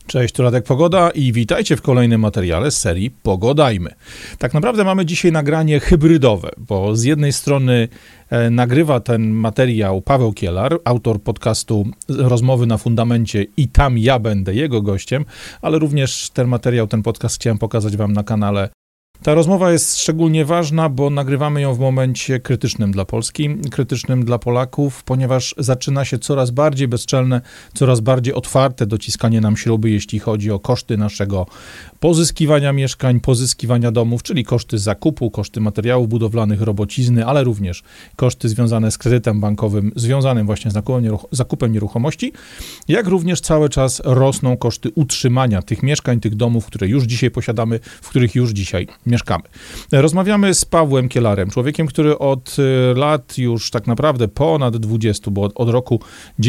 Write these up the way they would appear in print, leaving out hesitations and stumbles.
Cześć, tu Radek Pogoda i witajcie w kolejnym materiale z serii Pogodajmy. Tak naprawdę mamy dzisiaj nagranie hybrydowe, bo z jednej strony nagrywa ten materiał Paweł Kielar, autor podcastu Rozmowy na Fundamencie i tam ja będę jego gościem, ale również ten podcast chciałem pokazać wam na kanale. Ta rozmowa jest szczególnie ważna, bo nagrywamy ją w momencie krytycznym dla Polski, krytycznym dla Polaków, ponieważ zaczyna się coraz bardziej bezczelne, coraz bardziej otwarte dociskanie nam śruby, jeśli chodzi o koszty naszego pozyskiwania mieszkań, pozyskiwania domów, czyli koszty zakupu, koszty materiałów budowlanych, robocizny, ale również koszty związane z kredytem bankowym, związanym właśnie z zakupem nieruchomości, jak również cały czas rosną koszty utrzymania tych mieszkań, tych domów, które już dzisiaj posiadamy, w których już dzisiaj mieszkamy. Rozmawiamy z Pawłem Kielarem, człowiekiem, który od lat już tak naprawdę ponad 20, bo od roku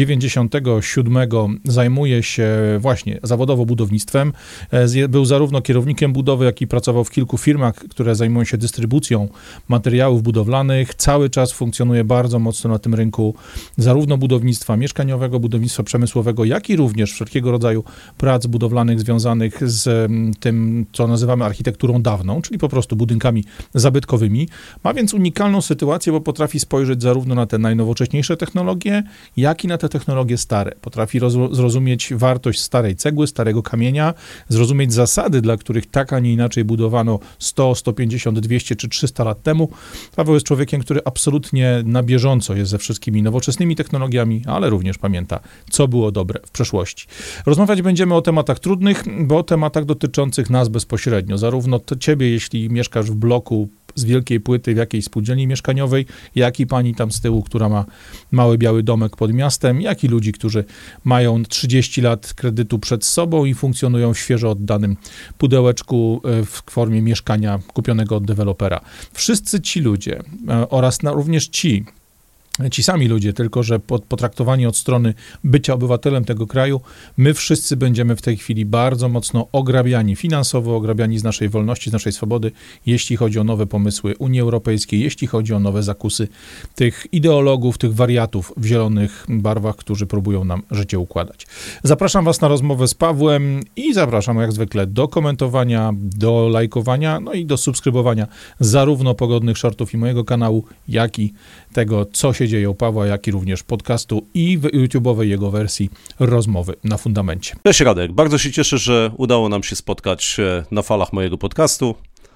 97 zajmuje się właśnie zawodowo budownictwem. Był zarówno kierownikiem budowy, jak i pracował w kilku firmach, które zajmują się dystrybucją materiałów budowlanych. Cały czas funkcjonuje bardzo mocno na tym rynku zarówno budownictwa mieszkaniowego, budownictwa przemysłowego, jak i również wszelkiego rodzaju prac budowlanych związanych z tym, co nazywamy architekturą dawną, czyli po prostu budynkami zabytkowymi. Ma więc unikalną sytuację, bo potrafi spojrzeć zarówno na te najnowocześniejsze technologie, jak i na te technologie stare. Potrafi zrozumieć wartość starej cegły, starego kamienia, zrozumieć zasady, dla których tak, a nie inaczej budowano 100, 150, 200 czy 300 lat temu. Paweł jest człowiekiem, który absolutnie na bieżąco jest ze wszystkimi nowoczesnymi technologiami, ale również pamięta, co było dobre w przeszłości. Rozmawiać będziemy o tematach trudnych, bo o tematach dotyczących nas bezpośrednio. Zarówno ciebie, jeśli mieszkasz w bloku z wielkiej płyty w jakiejś spółdzielni mieszkaniowej, jak i pani tam z tyłu, która ma mały biały domek pod miastem, jak i ludzi, którzy mają 30 lat kredytu przed sobą i funkcjonują w świeżo oddanym pudełeczku w formie mieszkania kupionego od dewelopera. Wszyscy ci ludzie oraz również ci sami ludzie, tylko że potraktowani od strony bycia obywatelem tego kraju, my wszyscy będziemy w tej chwili bardzo mocno ograbiani finansowo, ograbiani z naszej wolności, z naszej swobody, jeśli chodzi o nowe pomysły Unii Europejskiej, jeśli chodzi o nowe zakusy tych ideologów, tych wariatów w zielonych barwach, którzy próbują nam życie układać. Zapraszam was na rozmowę z Pawłem i zapraszam jak zwykle do komentowania, do lajkowania, no i do subskrybowania zarówno Pogodnych Shortów i mojego kanału, jak i tego, co się dzieje u Pawła, jak i również podcastu i w YouTube'owej jego wersji Rozmowy na Fundamencie. Cześć Radek, bardzo się cieszę, że udało nam się spotkać na falach mojego podcastu.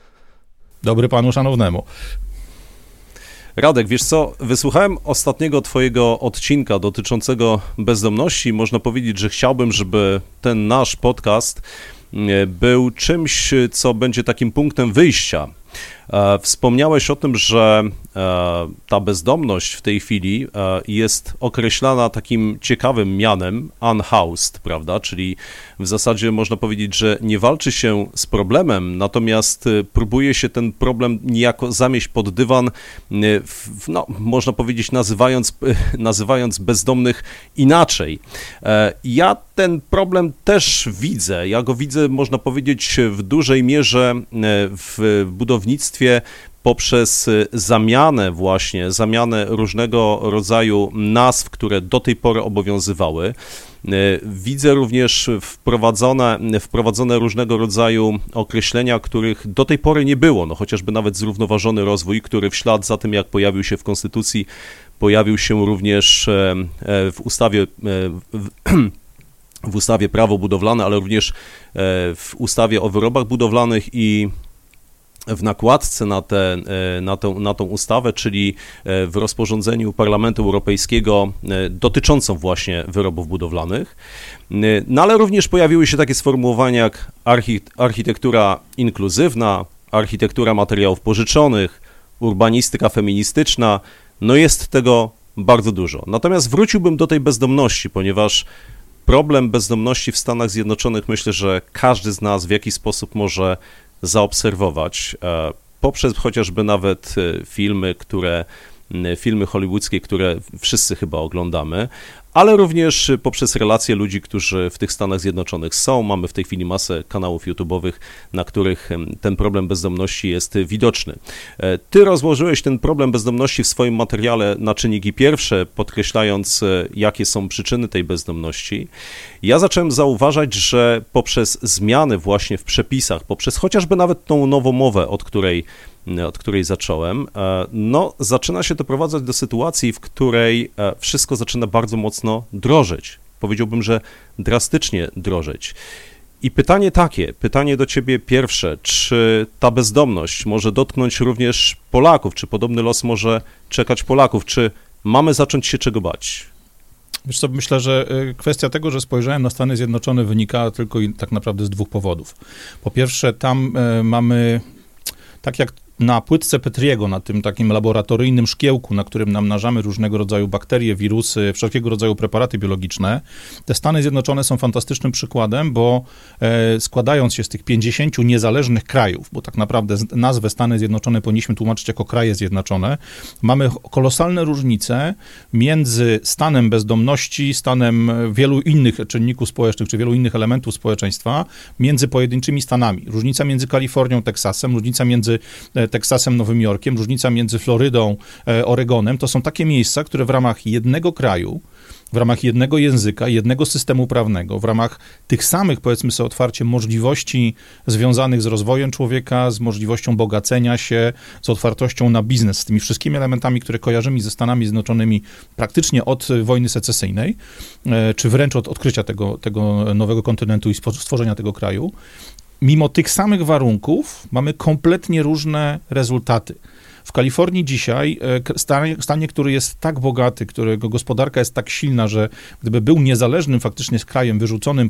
Dobry panu szanownemu. Radek, wiesz co, wysłuchałem ostatniego twojego odcinka dotyczącego bezdomności. Można powiedzieć, że chciałbym, żeby ten nasz podcast był czymś, co będzie takim punktem wyjścia. Wspomniałeś o tym, że ta bezdomność w tej chwili jest określana takim ciekawym mianem unhoused, prawda? Czyli w zasadzie można powiedzieć, że nie walczy się z problemem, natomiast próbuje się ten problem niejako zamieść pod dywan, no, można powiedzieć, nazywając bezdomnych inaczej. Ja ten problem też widzę. Ja go widzę, można powiedzieć, w dużej mierze w budownictwie poprzez zamianę różnego rodzaju nazw, które do tej pory obowiązywały. Widzę również wprowadzone różnego rodzaju określenia, których do tej pory nie było, no chociażby nawet zrównoważony rozwój, który w ślad za tym, jak pojawił się w Konstytucji, pojawił się również w ustawie Prawo budowlane, ale również w ustawie o wyrobach budowlanych i w nakładce na tą ustawę, czyli w rozporządzeniu Parlamentu Europejskiego dotyczącą właśnie wyrobów budowlanych. No ale również pojawiły się takie sformułowania jak architektura inkluzywna, architektura materiałów pożyczonych, urbanistyka feministyczna. No jest tego bardzo dużo. Natomiast wróciłbym do tej bezdomności, ponieważ problem bezdomności w Stanach Zjednoczonych myślę, że każdy z nas w jakiś sposób może zaobserwować poprzez chociażby nawet filmy hollywoodzkie, które wszyscy chyba oglądamy, ale również poprzez relacje ludzi, którzy w tych Stanach Zjednoczonych są. Mamy w tej chwili masę kanałów YouTube'owych, na których ten problem bezdomności jest widoczny. Ty rozłożyłeś ten problem bezdomności w swoim materiale na czynniki pierwsze, podkreślając, jakie są przyczyny tej bezdomności. Ja zacząłem zauważać, że poprzez zmiany właśnie w przepisach, poprzez chociażby nawet tą nową mowę, od której zacząłem, no zaczyna się doprowadzać do sytuacji, w której wszystko zaczyna bardzo mocno drożeć. Powiedziałbym, że drastycznie drożeć. I pytanie do ciebie pierwsze, czy ta bezdomność może dotknąć również Polaków, czy podobny los może czekać Polaków, czy mamy zacząć się czego bać? Wiesz co, myślę, że kwestia tego, że spojrzałem na Stany Zjednoczone, wynika tylko i tak naprawdę z dwóch powodów. Po pierwsze, tam mamy, tak jak na płytce Petriego, na tym takim laboratoryjnym szkiełku, na którym namnażamy różnego rodzaju bakterie, wirusy, wszelkiego rodzaju preparaty biologiczne, te Stany Zjednoczone są fantastycznym przykładem, bo składając się z tych 50 niezależnych krajów, bo tak naprawdę nazwę Stany Zjednoczone powinniśmy tłumaczyć jako kraje zjednoczone, mamy kolosalne różnice między stanem bezdomności, stanem wielu innych czynników społecznych, czy wielu innych elementów społeczeństwa, między pojedynczymi stanami. Różnica między Kalifornią, Teksasem, różnica między Teksasem, Nowym Jorkiem, różnica między Florydą, Oregonem, to są takie miejsca, które w ramach jednego kraju, w ramach jednego języka, jednego systemu prawnego, w ramach tych samych, powiedzmy sobie otwarcie, możliwości związanych z rozwojem człowieka, z możliwością bogacenia się, z otwartością na biznes, z tymi wszystkimi elementami, które kojarzymy ze Stanami Zjednoczonymi praktycznie od wojny secesyjnej, czy wręcz od odkrycia tego nowego kontynentu i stworzenia tego kraju, mimo tych samych warunków mamy kompletnie różne rezultaty. W Kalifornii dzisiaj, stanie, który jest tak bogaty, którego gospodarka jest tak silna, że gdyby był niezależnym faktycznie krajem wyrzuconym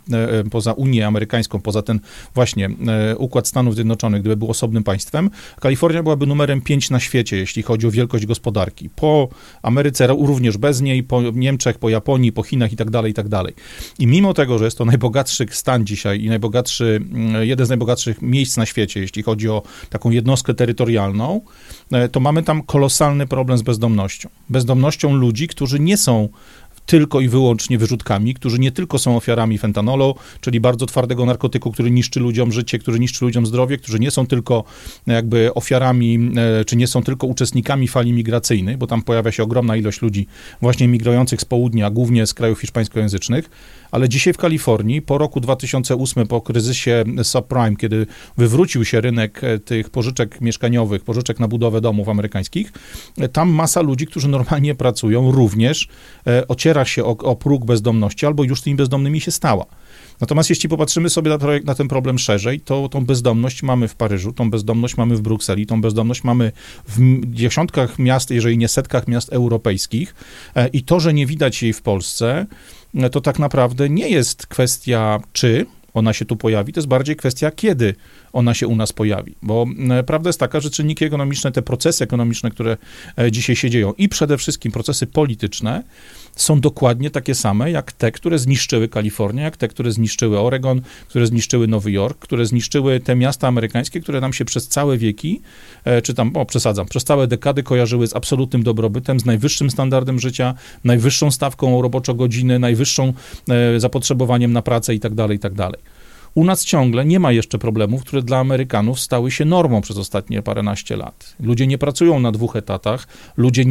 poza Unię Amerykańską, poza ten właśnie układ Stanów Zjednoczonych, gdyby był osobnym państwem, Kalifornia byłaby numerem 5 na świecie, jeśli chodzi o wielkość gospodarki. Po Ameryce również bez niej, po Niemczech, po Japonii, po Chinach i tak dalej, i tak dalej. I mimo tego, że jest to najbogatszy stan dzisiaj i jeden z najbogatszych miejsc na świecie, jeśli chodzi o taką jednostkę terytorialną, to mamy tam kolosalny problem z bezdomnością. Bezdomnością ludzi, którzy nie są tylko i wyłącznie wyrzutkami, którzy nie tylko są ofiarami fentanolu, czyli bardzo twardego narkotyku, który niszczy ludziom życie, który niszczy ludziom zdrowie, którzy nie są tylko jakby ofiarami, czy nie są tylko uczestnikami fali migracyjnej, bo tam pojawia się ogromna ilość ludzi właśnie migrujących z południa, głównie z krajów hiszpańskojęzycznych, ale dzisiaj w Kalifornii, po roku 2008, po kryzysie subprime, kiedy wywrócił się rynek tych pożyczek mieszkaniowych, pożyczek na budowę domów amerykańskich, tam masa ludzi, którzy normalnie pracują, również ociera się o próg bezdomności, albo już tymi bezdomnymi się stała. Natomiast jeśli popatrzymy sobie na ten problem szerzej, to tą bezdomność mamy w Paryżu, tą bezdomność mamy w Brukseli, tą bezdomność mamy w dziesiątkach miast, jeżeli nie setkach miast europejskich i to, że nie widać jej w Polsce, to tak naprawdę nie jest kwestia, czy ona się tu pojawi, to jest bardziej kwestia, kiedy ona się u nas pojawi, bo prawda jest taka, że czynniki ekonomiczne, te procesy ekonomiczne, które dzisiaj się dzieją i przede wszystkim procesy polityczne są dokładnie takie same, jak te, które zniszczyły Kalifornię, jak te, które zniszczyły Oregon, które zniszczyły Nowy Jork, które zniszczyły te miasta amerykańskie, które nam się przez całe wieki, czy tam, przez całe dekady kojarzyły z absolutnym dobrobytem, z najwyższym standardem życia, najwyższą stawką roboczo-godziny, najwyższą zapotrzebowaniem na pracę i tak dalej, i tak dalej. U nas ciągle nie ma jeszcze problemów, które dla Amerykanów stały się normą przez ostatnie paręnaście lat. Ludzie nie pracują na 2 etatach, ludzie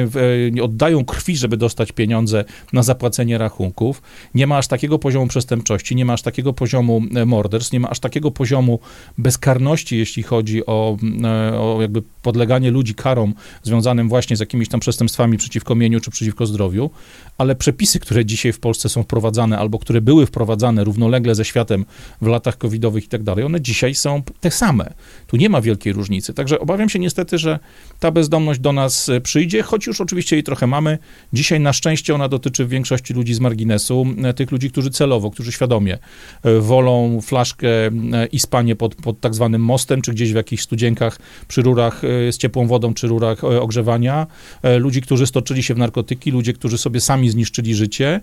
nie oddają krwi, żeby dostać pieniądze na zapłacenie rachunków, nie ma aż takiego poziomu przestępczości, nie ma aż takiego poziomu morderstw, nie ma aż takiego poziomu bezkarności, jeśli chodzi o jakby podleganie ludzi karom związanym właśnie z jakimiś tam przestępstwami przeciwko mieniu czy przeciwko zdrowiu, ale przepisy, które dzisiaj w Polsce są wprowadzane albo które były wprowadzane równolegle ze światem w latach covidowych i tak dalej, one dzisiaj są te same. Tu nie ma wielkiej różnicy. Także obawiam się niestety, że ta bezdomność do nas przyjdzie, choć już oczywiście jej trochę mamy. Dzisiaj na szczęście ona dotyczy w większości ludzi z marginesu, tych ludzi, którzy celowo, którzy świadomie wolą flaszkę i spanie pod tak zwanym mostem, czy gdzieś w jakichś studzienkach przy rurach z ciepłą wodą, czy rurach ogrzewania. Ludzi, którzy stoczyli się w narkotyki, ludzie, którzy sobie sami zniszczyli życie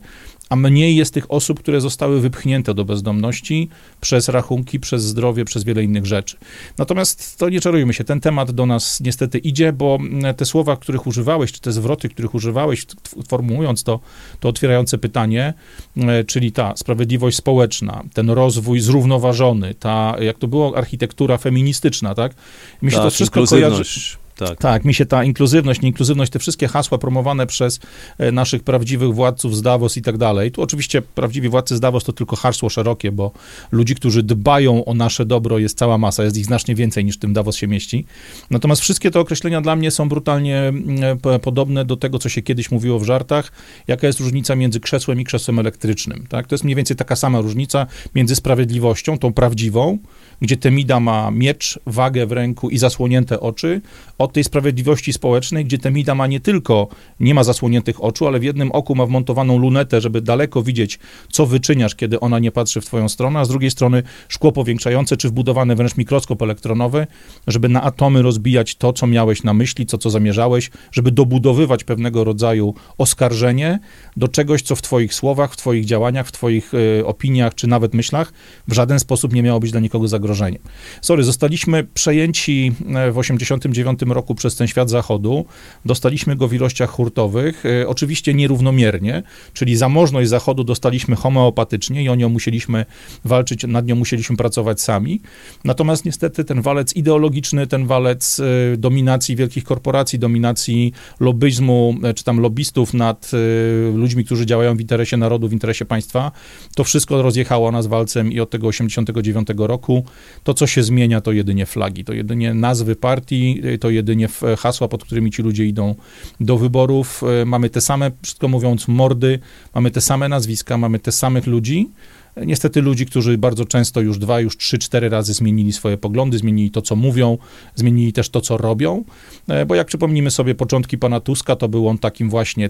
a mniej jest tych osób, które zostały wypchnięte do bezdomności przez rachunki, przez zdrowie, przez wiele innych rzeczy. Natomiast to nie czarujmy się, ten temat do nas niestety idzie, bo te słowa, których używałeś, czy te zwroty, których używałeś, formułując to otwierające pytanie, czyli ta sprawiedliwość społeczna, ten rozwój zrównoważony, ta, jak to było, architektura feministyczna, tak? Mi się to wszystko kojarzy. Tak, mi się ta inkluzywność, nieinkluzywność, te wszystkie hasła promowane przez naszych prawdziwych władców z Davos i tak dalej. Tu oczywiście prawdziwi władcy z Davos to tylko hasło szerokie, bo ludzi, którzy dbają o nasze dobro, jest cała masa, jest ich znacznie więcej niż w tym Davos się mieści. Natomiast wszystkie te określenia dla mnie są brutalnie podobne do tego, co się kiedyś mówiło w żartach, jaka jest różnica między krzesłem i krzesłem elektrycznym. Tak? To jest mniej więcej taka sama różnica między sprawiedliwością, tą prawdziwą, gdzie Temida ma miecz, wagę w ręku i zasłonięte oczy, od tej sprawiedliwości społecznej, gdzie Temida ma nie ma zasłoniętych oczu, ale w jednym oku ma wmontowaną lunetę, żeby daleko widzieć, co wyczyniasz, kiedy ona nie patrzy w twoją stronę, a z drugiej strony szkło powiększające, czy wbudowany wręcz mikroskop elektronowy, żeby na atomy rozbijać to, co miałeś na myśli, co zamierzałeś, żeby dobudowywać pewnego rodzaju oskarżenie do czegoś, co w twoich słowach, w twoich działaniach, w twoich opiniach, czy nawet myślach w żaden sposób nie miało być dla nikogo zagrożeniem. Zostaliśmy przejęci w 1989 roku przez ten świat zachodu, dostaliśmy go w ilościach hurtowych, oczywiście nierównomiernie, czyli zamożność zachodu dostaliśmy homeopatycznie i o nią musieliśmy walczyć, nad nią musieliśmy pracować sami. Natomiast niestety ten walec ideologiczny, ten walec dominacji wielkich korporacji, dominacji lobbyzmu, czy tam lobbystów nad ludźmi, którzy działają w interesie narodu, w interesie państwa, to wszystko rozjechało nas walcem i od tego 89 roku to, co się zmienia, to jedynie flagi, to jedynie nazwy partii, to jedynie hasła, pod którymi ci ludzie idą do wyborów. Mamy te same, wszystko mówiąc, mordy, mamy te same nazwiska, mamy tych samych ludzi. Niestety ludzi, którzy bardzo często już 2, już 3, 4 razy zmienili swoje poglądy, zmienili to, co mówią, zmienili też to, co robią, bo jak przypomnimy sobie początki pana Tuska, to był on takim właśnie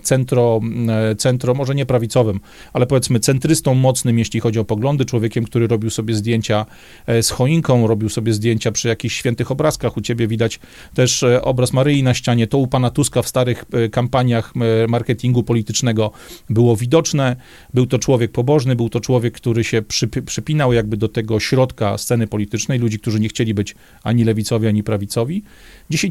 centro, może nie prawicowym, ale powiedzmy centrystą mocnym, jeśli chodzi o poglądy, człowiekiem, który robił sobie zdjęcia z choinką, robił sobie zdjęcia przy jakichś świętych obrazkach. U ciebie widać też obraz Maryi na ścianie. To u pana Tuska w starych kampaniach marketingu politycznego było widoczne. Był to człowiek pobożny, był to człowiek, który się przypinał jakby do tego środka sceny politycznej, ludzi, którzy nie chcieli być ani lewicowi, ani prawicowi. Dzisiaj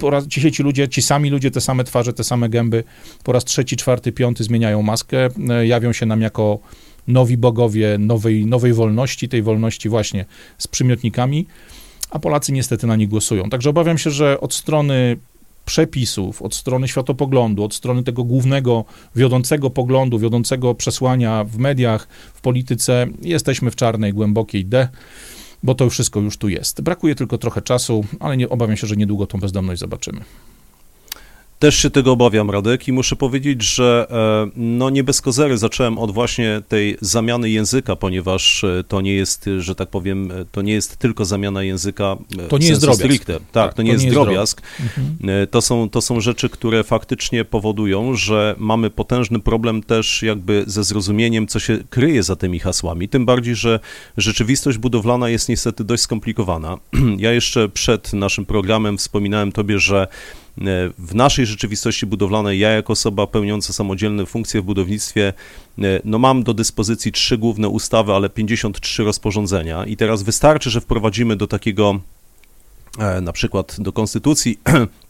ci sami ludzie, te same twarze, te same gęby, po raz 3., 4., 5. zmieniają maskę, jawią się nam jako nowi bogowie nowej wolności, tej wolności właśnie z przymiotnikami, a Polacy niestety na nich głosują. Także obawiam się, że od strony przepisów, od strony światopoglądu, od strony tego głównego, wiodącego poglądu, wiodącego przesłania w mediach, w polityce, jesteśmy w czarnej, głębokiej D, bo to wszystko już tu jest. Brakuje tylko trochę czasu, ale obawiam się, że niedługo tą bezdomność zobaczymy. Też się tego obawiam, Radek, i muszę powiedzieć, że no nie bez kozery zacząłem od właśnie tej zamiany języka, ponieważ to nie jest, że tak powiem, to nie jest tylko zamiana języka. To nie jest drobiazg. Stricte. Tak, to nie jest drobiazg. To są rzeczy, które faktycznie powodują, że mamy potężny problem też jakby ze zrozumieniem, co się kryje za tymi hasłami, tym bardziej, że rzeczywistość budowlana jest niestety dość skomplikowana. Ja jeszcze przed naszym programem wspominałem tobie, że w naszej rzeczywistości budowlanej, ja jako osoba pełniąca samodzielne funkcje w budownictwie, no mam do dyspozycji 3 główne ustawy, ale 53 rozporządzenia i teraz wystarczy, że wprowadzimy do takiego, na przykład do konstytucji,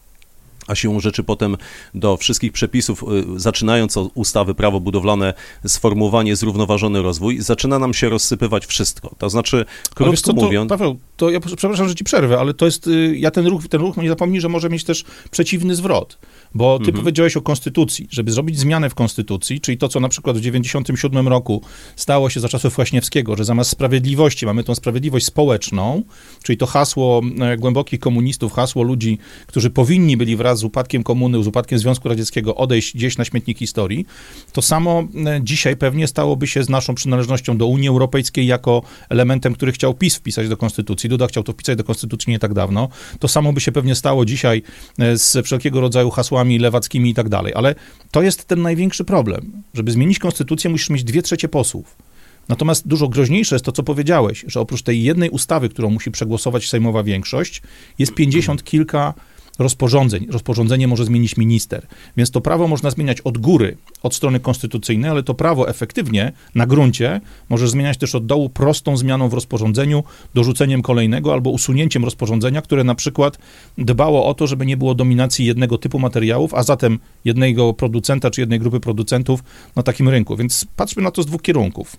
a siłą rzeczy potem do wszystkich przepisów, zaczynając od ustawy Prawo budowlane, sformułowanie zrównoważony rozwój, zaczyna nam się rozsypywać wszystko. To znaczy, krótko mówiąc... Paweł, to ja przepraszam, że ci przerwę, ale to jest, ten ruch, nie zapomnij, że może mieć też przeciwny zwrot, bo ty powiedziałeś o konstytucji, żeby zrobić zmianę w konstytucji, czyli to, co na przykład w 97 roku stało się za czasów Kwaśniewskiego, że zamiast sprawiedliwości mamy tą sprawiedliwość społeczną, czyli to hasło głębokich komunistów, hasło ludzi, którzy powinni byli wraz z upadkiem komuny, z upadkiem Związku Radzieckiego odejść gdzieś na śmietnik historii, to samo dzisiaj pewnie stałoby się z naszą przynależnością do Unii Europejskiej jako elementem, który chciał PiS wpisać do konstytucji. Duda chciał to wpisać do konstytucji nie tak dawno. To samo by się pewnie stało dzisiaj z wszelkiego rodzaju hasłami lewackimi i tak dalej. Ale to jest ten największy problem. Żeby zmienić konstytucję, musisz mieć 2/3 posłów. Natomiast dużo groźniejsze jest to, co powiedziałeś, że oprócz tej jednej ustawy, którą musi przegłosować sejmowa większość, jest 50 kilka rozporządzeń. Rozporządzenie może zmienić minister. Więc to prawo można zmieniać od góry, od strony konstytucyjnej, ale to prawo efektywnie na gruncie możesz zmieniać też od dołu prostą zmianą w rozporządzeniu, dorzuceniem kolejnego albo usunięciem rozporządzenia, które na przykład dbało o to, żeby nie było dominacji jednego typu materiałów, a zatem jednego producenta czy jednej grupy producentów na takim rynku. Więc patrzmy na to z dwóch kierunków.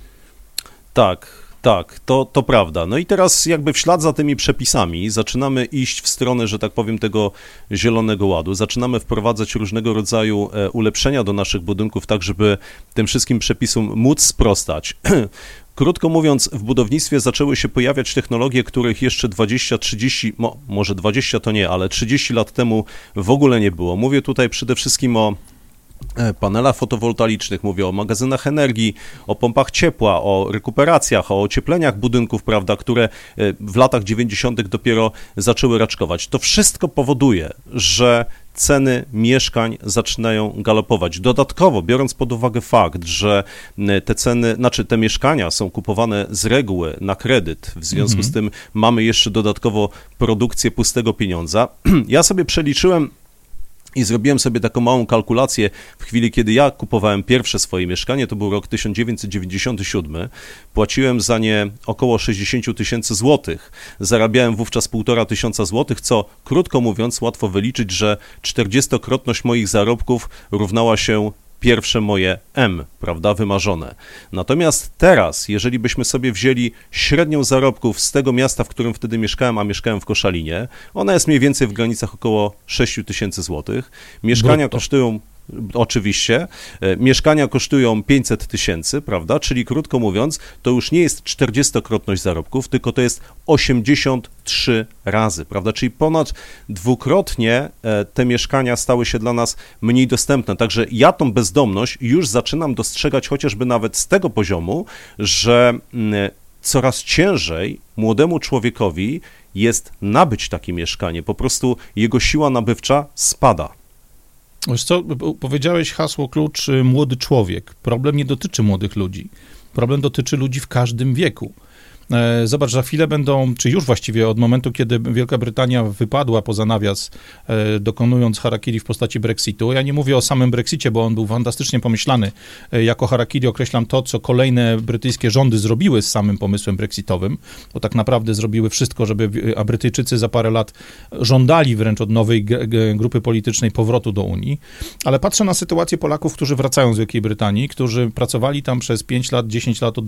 Tak, to prawda. No i teraz jakby w ślad za tymi przepisami zaczynamy iść w stronę, że tak powiem, tego zielonego ładu. Zaczynamy wprowadzać różnego rodzaju ulepszenia do naszych budynków, tak żeby tym wszystkim przepisom móc sprostać. Krótko mówiąc, w budownictwie zaczęły się pojawiać technologie, których jeszcze 20, 30, może 20 to nie, ale 30 lat temu w ogóle nie było. Mówię tutaj przede wszystkim o panelach fotowoltaicznych, mówię o magazynach energii, o pompach ciepła, o rekuperacjach, o ociepleniach budynków, prawda, które w latach 90. dopiero zaczęły raczkować. To wszystko powoduje, że ceny mieszkań zaczynają galopować. Dodatkowo, biorąc pod uwagę fakt, że te mieszkania są kupowane z reguły na kredyt, w związku z tym mamy jeszcze dodatkowo produkcję pustego pieniądza. Ja sobie przeliczyłem i zrobiłem sobie taką małą kalkulację w chwili, kiedy ja kupowałem pierwsze swoje mieszkanie, to był rok 1997, płaciłem za nie około 60 tysięcy złotych, zarabiałem wówczas 1500 złotych, co krótko mówiąc łatwo wyliczyć, że 40-krotność moich zarobków równała się pierwsze moje M, prawda, wymarzone. Natomiast teraz, jeżeli byśmy sobie wzięli średnią zarobków z tego miasta, w którym wtedy mieszkałem, a mieszkałem w Koszalinie, ona jest mniej więcej w granicach około 6 tysięcy złotych. Mieszkania kosztują, oczywiście, mieszkania kosztują 500 tysięcy, prawda, czyli krótko mówiąc, to już nie jest 40-krotność zarobków, tylko to jest 83 razy, prawda, czyli ponad dwukrotnie te mieszkania stały się dla nas mniej dostępne, także ja tą bezdomność już zaczynam dostrzegać chociażby nawet z tego poziomu, że coraz ciężej młodemu człowiekowi jest nabyć takie mieszkanie, po prostu jego siła nabywcza spada. Wiesz co, powiedziałeś hasło klucz młody człowiek. Problem nie dotyczy młodych ludzi. Problem dotyczy ludzi w każdym wieku. Zobacz, za chwilę będą, czy już właściwie od momentu, kiedy Wielka Brytania wypadła poza nawias, dokonując harakiri w postaci Brexitu. Ja nie mówię o samym Brexicie, bo on był fantastycznie pomyślany. Jako harakiri określam to, co kolejne brytyjskie rządy zrobiły z samym pomysłem brexitowym, bo tak naprawdę zrobiły wszystko, a Brytyjczycy za parę lat żądali wręcz od nowej grupy politycznej powrotu do Unii. Ale patrzę na sytuację Polaków, którzy wracają z Wielkiej Brytanii, którzy pracowali tam przez 5 lat, 10 lat od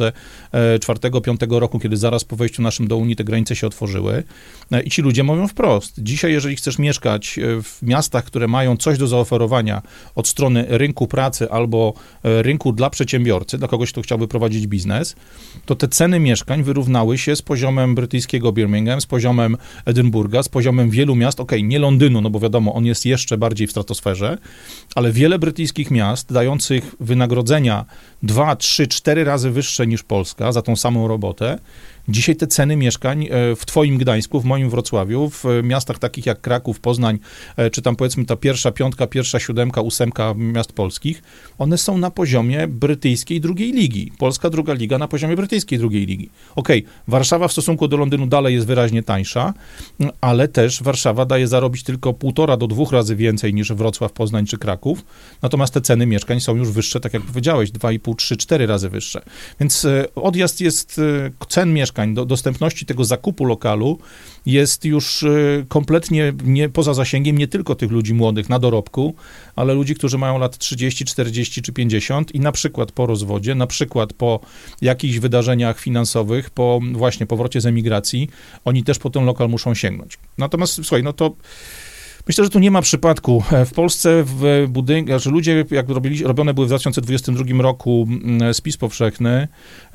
2004-2005 roku, kiedy zaraz po wejściu naszym do Unii te granice się otworzyły i ci ludzie mówią wprost. Dzisiaj, jeżeli chcesz mieszkać w miastach, które mają coś do zaoferowania od strony rynku pracy albo rynku dla przedsiębiorcy, dla kogoś, kto chciałby prowadzić biznes, to te ceny mieszkań wyrównały się z poziomem brytyjskiego Birmingham, z poziomem Edynburga, z poziomem wielu miast, nie Londynu, no bo wiadomo, on jest jeszcze bardziej w stratosferze, ale wiele brytyjskich miast dających wynagrodzenia 2, 3, 4 razy wyższe niż Polska za tą samą robotę. Dzisiaj te ceny mieszkań w twoim Gdańsku, w moim Wrocławiu, w miastach takich jak Kraków, Poznań, czy tam powiedzmy ta pierwsza piątka, pierwsza siódemka, ósemka miast polskich, one są na poziomie brytyjskiej drugiej ligi. Polska druga liga na poziomie brytyjskiej drugiej ligi. Warszawa w stosunku do Londynu dalej jest wyraźnie tańsza, ale też Warszawa daje zarobić tylko 1,5 do 2 razy więcej niż Wrocław, Poznań czy Kraków, natomiast te ceny mieszkań są już wyższe, tak jak powiedziałeś, 2,5, 3, 4 razy wyższe. Więc odjazd jest cen mieszkań, do dostępności tego zakupu lokalu jest już kompletnie poza zasięgiem nie tylko tych ludzi młodych na dorobku, ale ludzi, którzy mają lat 30, 40 czy 50 i na przykład po rozwodzie, na przykład po jakichś wydarzeniach finansowych, po właśnie powrocie z emigracji, oni też po ten lokal muszą sięgnąć. Natomiast słuchaj, no to myślę, że tu nie ma przypadku. W Polsce w budynkach, że ludzie, jak robione były w 2022 roku spis powszechny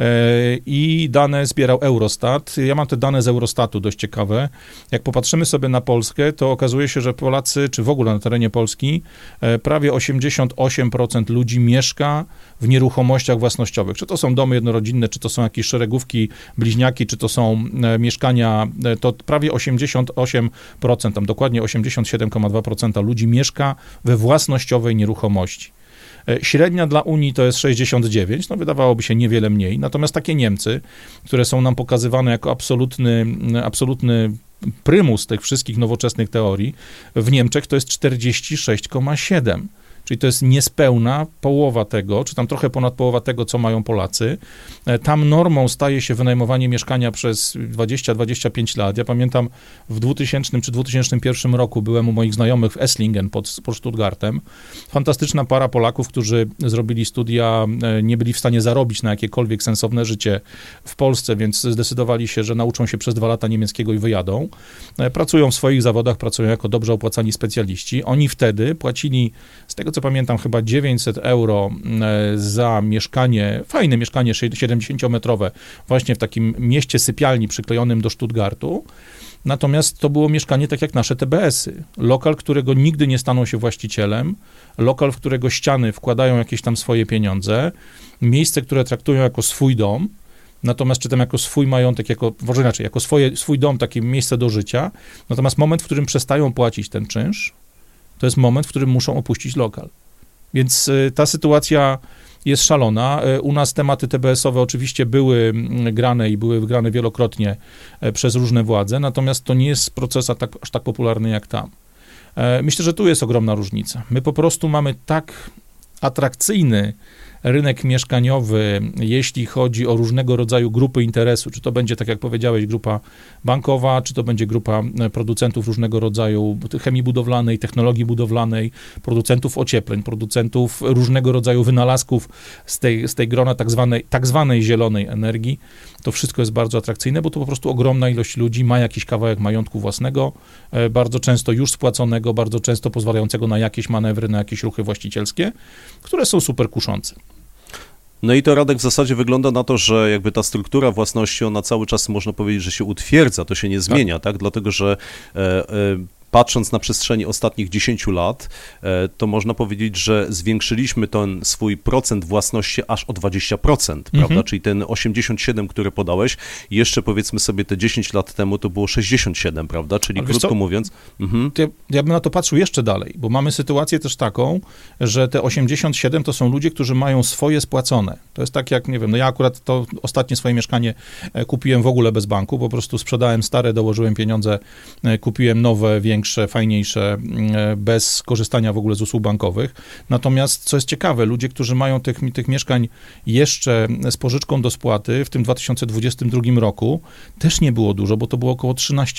i dane zbierał Eurostat. Ja mam te dane z Eurostatu dość ciekawe. Jak popatrzymy sobie na Polskę, to okazuje się, że Polacy, czy w ogóle na terenie Polski, prawie 88% ludzi mieszka w nieruchomościach własnościowych. Czy to są domy jednorodzinne, czy to są jakieś szeregówki, bliźniaki, czy to są mieszkania, to prawie 88%, tam dokładnie 87,2% ludzi mieszka we własnościowej nieruchomości. Średnia dla Unii to jest 69, no wydawałoby się niewiele mniej, natomiast takie Niemcy, które są nam pokazywane jako absolutny prymus tych wszystkich nowoczesnych teorii, w Niemczech to jest 46,7. Czyli to jest niespełna połowa tego, czy tam trochę ponad połowa tego, co mają Polacy. Tam normą staje się wynajmowanie mieszkania przez 20-25 lat. Ja pamiętam w 2000 czy 2001 roku byłem u moich znajomych w Esslingen pod Stuttgartem. Fantastyczna para Polaków, którzy zrobili studia, nie byli w stanie zarobić na jakiekolwiek sensowne życie w Polsce, więc zdecydowali się, że nauczą się przez 2 lata niemieckiego i wyjadą. Pracują w swoich zawodach, pracują jako dobrze opłacani specjaliści. Oni wtedy płacili, z tego co pamiętam, chyba 900 euro za mieszkanie, fajne mieszkanie 70-metrowe, właśnie w takim mieście sypialni przyklejonym do Stuttgartu. Natomiast to było mieszkanie tak jak nasze TBS-y. Lokal, którego nigdy nie staną się właścicielem, lokal, w którego ściany wkładają jakieś tam swoje pieniądze, miejsce, które traktują jako swój dom, natomiast czy tam jako swój majątek, może inaczej, jako swój dom, takie miejsce do życia, natomiast moment, w którym przestają płacić ten czynsz, to jest moment, w którym muszą opuścić lokal. Więc ta sytuacja jest szalona. U nas tematy TBS-owe oczywiście były grane i były grane wielokrotnie przez różne władze, natomiast to nie jest proces aż tak popularny jak tam. Myślę, że tu jest ogromna różnica. My po prostu mamy tak atrakcyjny rynek mieszkaniowy, jeśli chodzi o różnego rodzaju grupy interesu, czy to będzie, tak jak powiedziałeś, grupa bankowa, czy to będzie grupa producentów różnego rodzaju chemii budowlanej, technologii budowlanej, producentów ociepleń, producentów różnego rodzaju wynalazków z tej grona tak zwanej zielonej energii. To wszystko jest bardzo atrakcyjne, bo to po prostu ogromna ilość ludzi ma jakiś kawałek majątku własnego, bardzo często już spłaconego, bardzo często pozwalającego na jakieś manewry, na jakieś ruchy właścicielskie, które są super kuszące. No i to, Radek, w zasadzie wygląda na to, że jakby ta struktura własności, ona cały czas, można powiedzieć, że się utwierdza, to się nie zmienia, tak? Dlatego, że patrząc na przestrzeni ostatnich 10 lat, to można powiedzieć, że zwiększyliśmy ten swój procent własności aż o 20%, prawda? Czyli ten 87, który podałeś, jeszcze powiedzmy sobie te 10 lat temu to było 67, prawda? Czyli ale krótko mówiąc... Ja bym na to patrzył jeszcze dalej, bo mamy sytuację też taką, że te 87 to są ludzie, którzy mają swoje spłacone. To jest tak jak, nie wiem, no ja akurat to ostatnie swoje mieszkanie kupiłem w ogóle bez banku, po prostu sprzedałem stare, dołożyłem pieniądze, kupiłem nowe, większe, fajniejsze, bez korzystania w ogóle z usług bankowych. Natomiast, co jest ciekawe, ludzie, którzy mają tych mieszkań jeszcze z pożyczką do spłaty w tym 2022 roku, też nie było dużo, bo to było około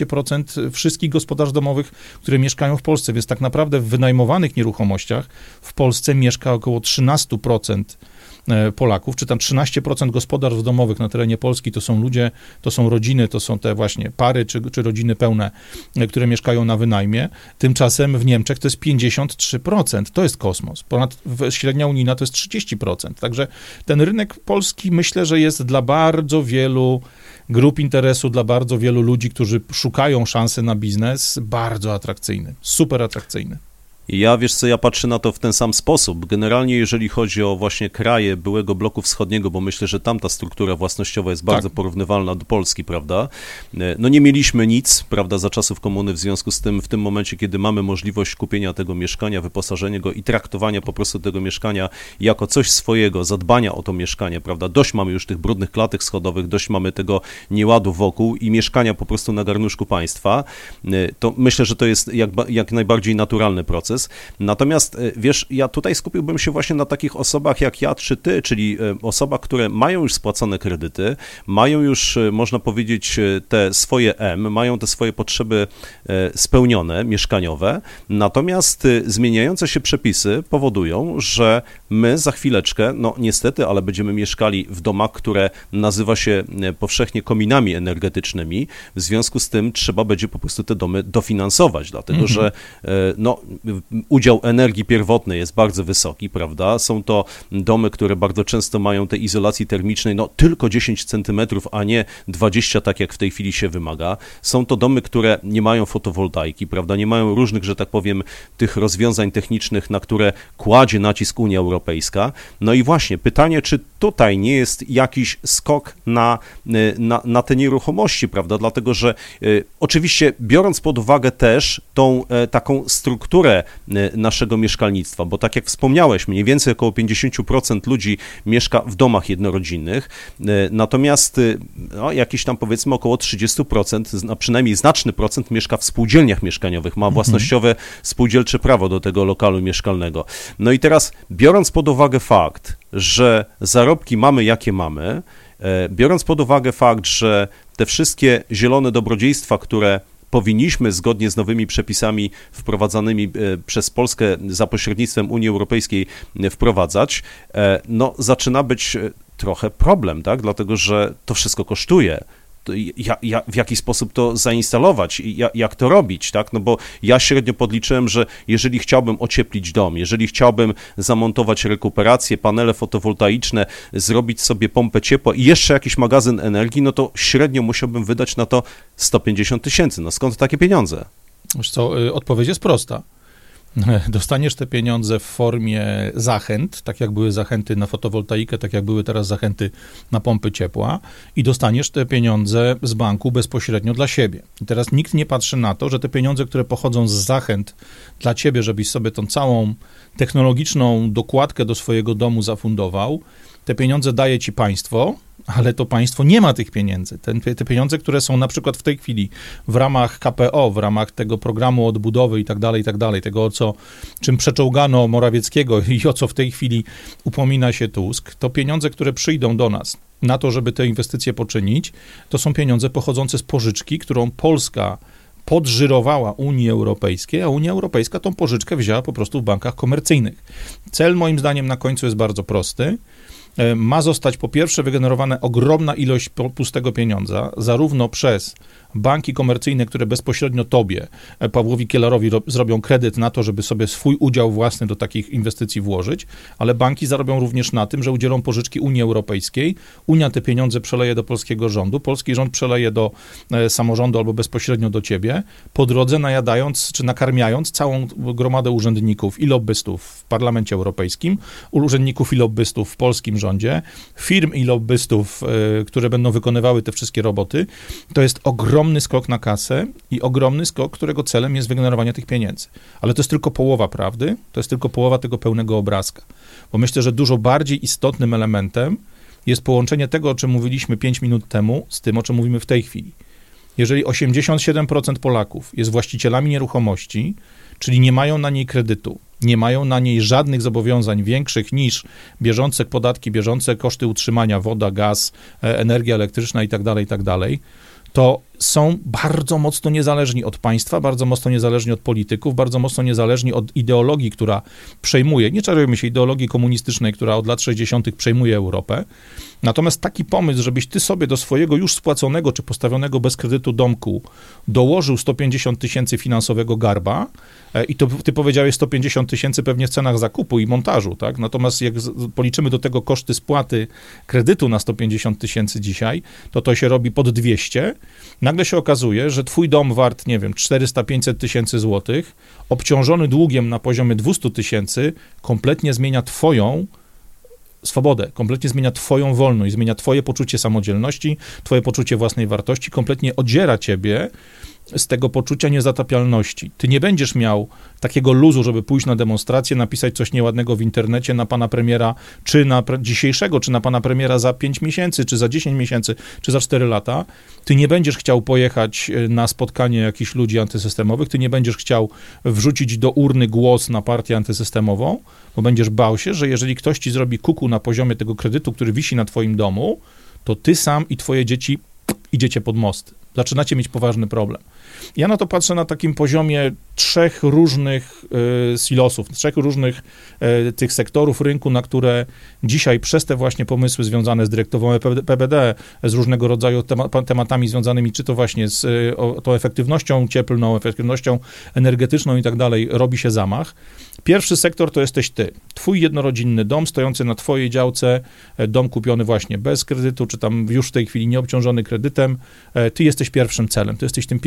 13% wszystkich gospodarstw domowych, które mieszkają w Polsce, więc tak naprawdę w wynajmowanych nieruchomościach w Polsce mieszka około 13% Polaków, czy tam 13% gospodarstw domowych na terenie Polski to są ludzie, to są rodziny, to są te właśnie pary, czy rodziny pełne, które mieszkają na wynajmie. Tymczasem w Niemczech to jest 53%. To jest kosmos. Średnia unijna to jest 30%. Także ten rynek polski, myślę, że jest dla bardzo wielu grup interesu, dla bardzo wielu ludzi, którzy szukają szansy na biznes, bardzo atrakcyjny, super atrakcyjny. Ja, wiesz co, ja patrzę na to w ten sam sposób. Generalnie jeżeli chodzi o właśnie kraje byłego bloku wschodniego, bo myślę, że tam ta struktura własnościowa jest bardzo porównywalna do Polski, prawda? No nie mieliśmy nic, prawda, za czasów komuny, w związku z tym w tym momencie, kiedy mamy możliwość kupienia tego mieszkania, wyposażenia go i traktowania po prostu tego mieszkania jako coś swojego, zadbania o to mieszkanie, prawda? Dość mamy już tych brudnych klatek schodowych, dość mamy tego nieładu wokół i mieszkania po prostu na garnuszku państwa, to myślę, że to jest jak najbardziej naturalny proces. Natomiast, wiesz, ja tutaj skupiłbym się właśnie na takich osobach jak ja czy ty, czyli osobach, które mają już spłacone kredyty, mają już, można powiedzieć, te swoje mają te swoje potrzeby spełnione, mieszkaniowe, natomiast zmieniające się przepisy powodują, że my za chwileczkę, no niestety, ale będziemy mieszkali w domach, które nazywa się powszechnie kominami energetycznymi, w związku z tym trzeba będzie po prostu te domy dofinansować, dlatego że no udział energii pierwotnej jest bardzo wysoki, prawda? Są to domy, które bardzo często mają tej izolacji termicznej, no tylko 10 centymetrów, a nie 20, tak jak w tej chwili się wymaga. Są to domy, które nie mają fotowoltaiki, prawda? Nie mają różnych, że tak powiem, tych rozwiązań technicznych, na które kładzie nacisk Unia Europejska. No i właśnie pytanie, czy tutaj nie jest jakiś skok na te nieruchomości, prawda? Dlatego, że oczywiście biorąc pod uwagę też tą taką strukturę naszego mieszkalnictwa, bo tak jak wspomniałeś, mniej więcej około 50% ludzi mieszka w domach jednorodzinnych, natomiast jakiś tam powiedzmy około 30%, a przynajmniej znaczny procent mieszka w spółdzielniach mieszkaniowych, ma własnościowe spółdzielcze prawo do tego lokalu mieszkalnego. No i teraz, biorąc pod uwagę fakt, że zarobki mamy jakie mamy, biorąc pod uwagę fakt, że te wszystkie zielone dobrodziejstwa, które powinniśmy zgodnie z nowymi przepisami wprowadzanymi przez Polskę za pośrednictwem Unii Europejskiej wprowadzać, no zaczyna być trochę problem, tak? Dlatego, że to wszystko kosztuje. W jaki sposób to zainstalować, jak to robić, tak? No bo ja średnio podliczyłem, że jeżeli chciałbym ocieplić dom, jeżeli chciałbym zamontować rekuperację, panele fotowoltaiczne, zrobić sobie pompę ciepła i jeszcze jakiś magazyn energii, no to średnio musiałbym wydać na to 150 000. No skąd takie pieniądze? Wiesz co, odpowiedź jest prosta. Dostaniesz te pieniądze w formie zachęt, tak jak były zachęty na fotowoltaikę, tak jak były teraz zachęty na pompy ciepła i dostaniesz te pieniądze z banku bezpośrednio dla siebie. I teraz nikt nie patrzy na to, że te pieniądze, które pochodzą z zachęt dla ciebie, żebyś sobie tą całą technologiczną dokładkę do swojego domu zafundował, te pieniądze daje ci państwo, ale to państwo nie ma tych pieniędzy. Te pieniądze, które są na przykład w tej chwili w ramach KPO, w ramach tego programu odbudowy i tak dalej, tego, czym przeczołgano Morawieckiego i o co w tej chwili upomina się Tusk, to pieniądze, które przyjdą do nas na to, żeby te inwestycje poczynić, to są pieniądze pochodzące z pożyczki, którą Polska podżyrowała Unii Europejskiej, a Unia Europejska tą pożyczkę wzięła po prostu w bankach komercyjnych. Cel moim zdaniem na końcu jest bardzo prosty. Ma zostać po pierwsze wygenerowana ogromna ilość pustego pieniądza, zarówno przez banki komercyjne, które bezpośrednio tobie, Pawłowi Kielarowi, zrobią kredyt na to, żeby sobie swój udział własny do takich inwestycji włożyć, ale banki zarobią również na tym, że udzielą pożyczki Unii Europejskiej, Unia te pieniądze przeleje do polskiego rządu, polski rząd przeleje do samorządu albo bezpośrednio do ciebie, po drodze najadając czy nakarmiając całą gromadę urzędników i lobbystów w Parlamencie Europejskim, urzędników i lobbystów w polskim rządzie, firm i lobbystów, które będą wykonywały te wszystkie roboty. To jest ogromny skok na kasę i ogromny skok, którego celem jest wygenerowanie tych pieniędzy. Ale to jest tylko połowa prawdy, to jest tylko połowa tego pełnego obrazka. Bo myślę, że dużo bardziej istotnym elementem jest połączenie tego, o czym mówiliśmy 5 minut temu, z tym, o czym mówimy w tej chwili. Jeżeli 87% Polaków jest właścicielami nieruchomości, czyli nie mają na niej kredytu, nie mają na niej żadnych zobowiązań większych niż bieżące podatki, bieżące koszty utrzymania, woda, gaz, energia elektryczna itd., to są bardzo mocno niezależni od państwa, bardzo mocno niezależni od polityków, bardzo mocno niezależni od ideologii, która przejmuje, nie czarujmy się, ideologii komunistycznej, która od lat 60. przejmuje Europę. Natomiast taki pomysł, żebyś ty sobie do swojego już spłaconego czy postawionego bez kredytu domku dołożył 150 000 finansowego garba i to ty powiedziałeś 150 000 pewnie w cenach zakupu i montażu, tak? Natomiast jak policzymy do tego koszty spłaty kredytu na 150 000 dzisiaj, to się robi pod 200. Nagle się okazuje, że twój dom wart, nie wiem, 400-500 tysięcy złotych, obciążony długiem na poziomie 200 000, kompletnie zmienia twoją swobodę, kompletnie zmienia twoją wolność, zmienia twoje poczucie samodzielności, twoje poczucie własnej wartości, kompletnie odziera ciebie z tego poczucia niezatapialności. Ty nie będziesz miał takiego luzu, żeby pójść na demonstrację, napisać coś nieładnego w internecie na pana premiera, czy na dzisiejszego, czy na pana premiera za 5 miesięcy, czy za 10 miesięcy, czy za 4 lata. Ty nie będziesz chciał pojechać na spotkanie jakichś ludzi antysystemowych, ty nie będziesz chciał wrzucić do urny głos na partię antysystemową, bo będziesz bał się, że jeżeli ktoś ci zrobi kuku na poziomie tego kredytu, który wisi na twoim domu, to ty sam i twoje dzieci idziecie pod mosty. Zaczynacie mieć poważny problem. Ja na to patrzę na takim poziomie 3 różnych silosów, 3 różnych tych sektorów rynku, na które dzisiaj przez te właśnie pomysły związane z dyrektywą PBD, z różnego rodzaju tematami związanymi, czy to właśnie z tą efektywnością cieplną, efektywnością energetyczną i tak dalej, robi się zamach. Pierwszy sektor to jesteś ty. Twój jednorodzinny dom stojący na twojej działce, dom kupiony właśnie bez kredytu, czy tam już w tej chwili nieobciążony kredytem. Ty jesteś pierwszym celem, ty jesteś tym pierwszym targetem,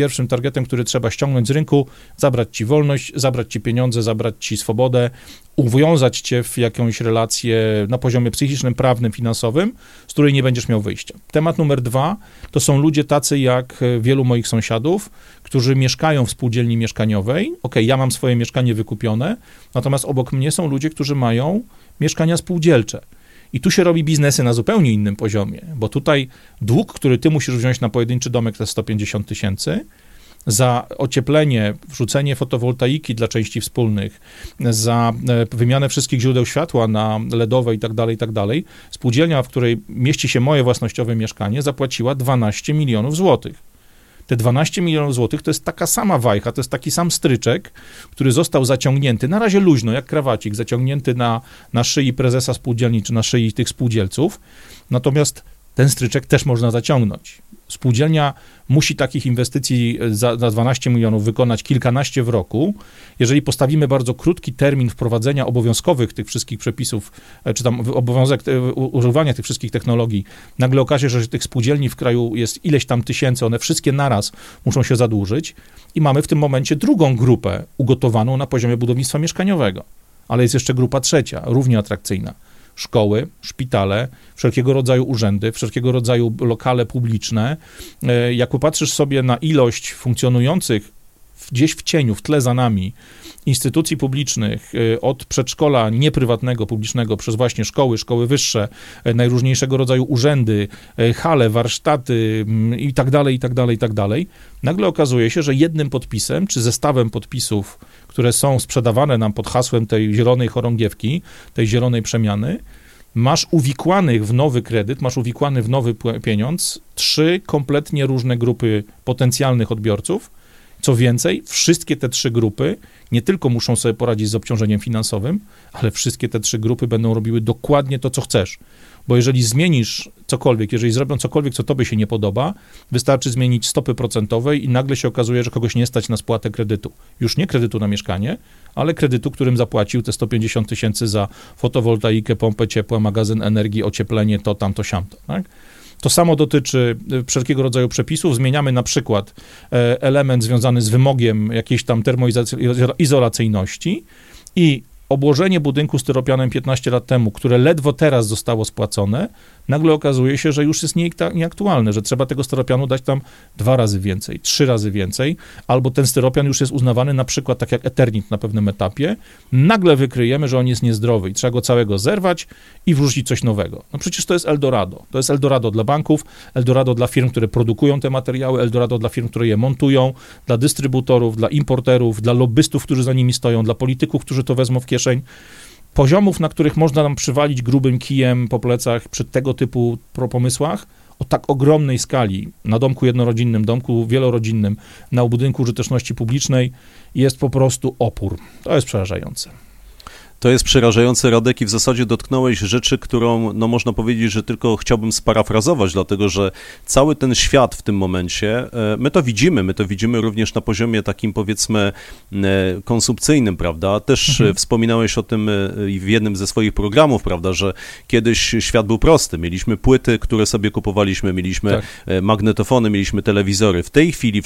targetem, który trzeba ściągnąć z rynku, zabrać ci wolność, zabrać ci pieniądze, zabrać ci swobodę, uwiązać cię w jakąś relację na poziomie psychicznym, prawnym, finansowym, z której nie będziesz miał wyjścia. Temat numer 2 to są ludzie tacy jak wielu moich sąsiadów, którzy mieszkają w spółdzielni mieszkaniowej. Ja mam swoje mieszkanie wykupione, natomiast obok mnie są ludzie, którzy mają mieszkania spółdzielcze. I tu się robi biznesy na zupełnie innym poziomie, bo tutaj dług, który ty musisz wziąć na pojedynczy domek, to jest 150 000, za ocieplenie, wrzucenie fotowoltaiki dla części wspólnych, za wymianę wszystkich źródeł światła na LEDowe i tak dalej, spółdzielnia, w której mieści się moje własnościowe mieszkanie, zapłaciła 12 milionów złotych. Te 12 milionów złotych to jest taka sama wajcha, to jest taki sam stryczek, który został zaciągnięty, na razie luźno, jak krawacik, zaciągnięty na szyi prezesa spółdzielni, czy na szyi tych spółdzielców, natomiast ten stryczek też można zaciągnąć. Spółdzielnia musi takich inwestycji za 12 milionów wykonać kilkanaście w roku. Jeżeli postawimy bardzo krótki termin wprowadzenia obowiązkowych tych wszystkich przepisów, czy tam obowiązek używania tych wszystkich technologii, nagle okaże się, że tych spółdzielni w kraju jest ileś tam tysięcy, one wszystkie naraz muszą się zadłużyć i mamy w tym momencie drugą grupę ugotowaną na poziomie budownictwa mieszkaniowego. Ale jest jeszcze grupa trzecia, równie atrakcyjna. Szkoły, szpitale, wszelkiego rodzaju urzędy, wszelkiego rodzaju lokale publiczne. Jak popatrzysz sobie na ilość funkcjonujących gdzieś w cieniu, w tle za nami, instytucji publicznych, od przedszkola nieprywatnego, publicznego, przez właśnie szkoły wyższe, najróżniejszego rodzaju urzędy, hale, warsztaty i tak dalej, nagle okazuje się, że jednym podpisem, czy zestawem podpisów, które są sprzedawane nam pod hasłem tej zielonej chorągiewki, tej zielonej przemiany, masz uwikłanych w nowy kredyt, masz uwikłany w nowy pieniądz 3 kompletnie różne grupy potencjalnych odbiorców. Co więcej, wszystkie te 3 grupy nie tylko muszą sobie poradzić z obciążeniem finansowym, ale wszystkie te 3 grupy będą robiły dokładnie to, co chcesz. Bo jeżeli zmienisz cokolwiek, jeżeli zrobią cokolwiek, co tobie się nie podoba, wystarczy zmienić stopy procentowe i nagle się okazuje, że kogoś nie stać na spłatę kredytu. Już nie kredytu na mieszkanie, ale kredytu, którym zapłacił te 150 000 za fotowoltaikę, pompę ciepła, magazyn energii, ocieplenie, to, tamto, siamto, tak? To samo dotyczy wszelkiego rodzaju przepisów. Zmieniamy na przykład element związany z wymogiem jakiejś tam termoizolacyjności i obłożenie budynku styropianem 15 lat temu, które ledwo teraz zostało spłacone, nagle okazuje się, że już jest nieaktualne, że trzeba tego styropianu dać tam 2 razy więcej, 3 razy więcej, albo ten styropian już jest uznawany na przykład tak jak Eternit na pewnym etapie, nagle wykryjemy, że on jest niezdrowy i trzeba go całego zerwać i wrzucić coś nowego. No przecież to jest Eldorado. To jest Eldorado dla banków, Eldorado dla firm, które produkują te materiały, Eldorado dla firm, które je montują, dla dystrybutorów, dla importerów, dla lobbystów, którzy za nimi stoją, dla polityków, którzy to wezmą w kieszeń. Poziomów, na których można nam przywalić grubym kijem po plecach przy tego typu pomysłach, o tak ogromnej skali, na domku jednorodzinnym, domku wielorodzinnym, na budynku użyteczności publicznej, jest po prostu opór. To jest przerażające. To jest przerażające, Radek, i w zasadzie dotknąłeś rzeczy, którą, no można powiedzieć, że tylko chciałbym sparafrazować, dlatego że cały ten świat w tym momencie, my to widzimy również na poziomie takim, powiedzmy, konsumpcyjnym, prawda? Też wspominałeś o tym w jednym ze swoich programów, prawda, że kiedyś świat był prosty, mieliśmy płyty, które sobie kupowaliśmy, mieliśmy magnetofony, mieliśmy telewizory. W tej chwili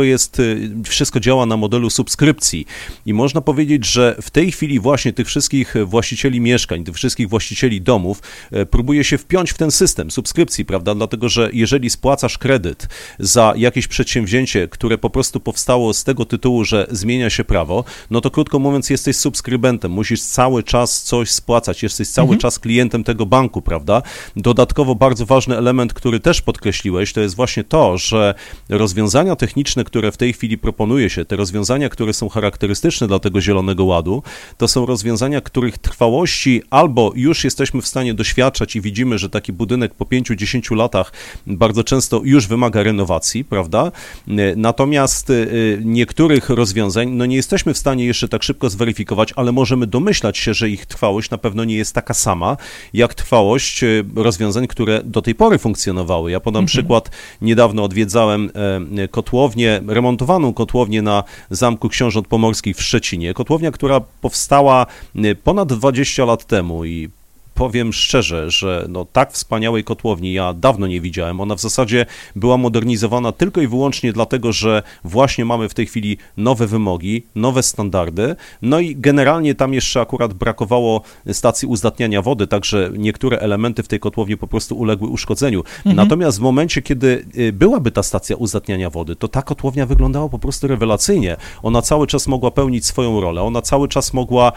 wszystko działa na modelu subskrypcji i można powiedzieć, że w tej chwili właśnie tych wszystkich właścicieli mieszkań, tych wszystkich właścicieli domów próbuje się wpiąć w ten system subskrypcji, prawda, dlatego, że jeżeli spłacasz kredyt za jakieś przedsięwzięcie, które po prostu powstało z tego tytułu, że zmienia się prawo, no to krótko mówiąc jesteś subskrybentem, musisz cały czas coś spłacać, jesteś cały czas klientem tego banku, prawda. Dodatkowo bardzo ważny element, który też podkreśliłeś, to jest właśnie to, że rozwiązania techniczne, które w tej chwili proponuje się, te rozwiązania, które są charakterystyczne dla tego Zielonego Ładu, to są rozwiązania, których trwałości albo już jesteśmy w stanie doświadczać i widzimy, że taki budynek po 5-10 latach bardzo często już wymaga renowacji, prawda? Natomiast niektórych rozwiązań, no nie jesteśmy w stanie jeszcze tak szybko zweryfikować, ale możemy domyślać się, że ich trwałość na pewno nie jest taka sama, jak trwałość rozwiązań, które do tej pory funkcjonowały. Ja podam przykład, niedawno odwiedzałem kotłownię, remontowaną kotłownię na Zamku Książąt Pomorskich w Szczecinie. Kotłownia, która powstała ponad 20 lat temu i powiem szczerze, że no tak wspaniałej kotłowni ja dawno nie widziałem. Ona w zasadzie była modernizowana tylko i wyłącznie dlatego, że właśnie mamy w tej chwili nowe wymogi, nowe standardy, no i generalnie tam jeszcze akurat brakowało stacji uzdatniania wody, także niektóre elementy w tej kotłowni po prostu uległy uszkodzeniu. Natomiast w momencie, kiedy byłaby ta stacja uzdatniania wody, to ta kotłownia wyglądała po prostu rewelacyjnie. Ona cały czas mogła pełnić swoją rolę, ona cały czas mogła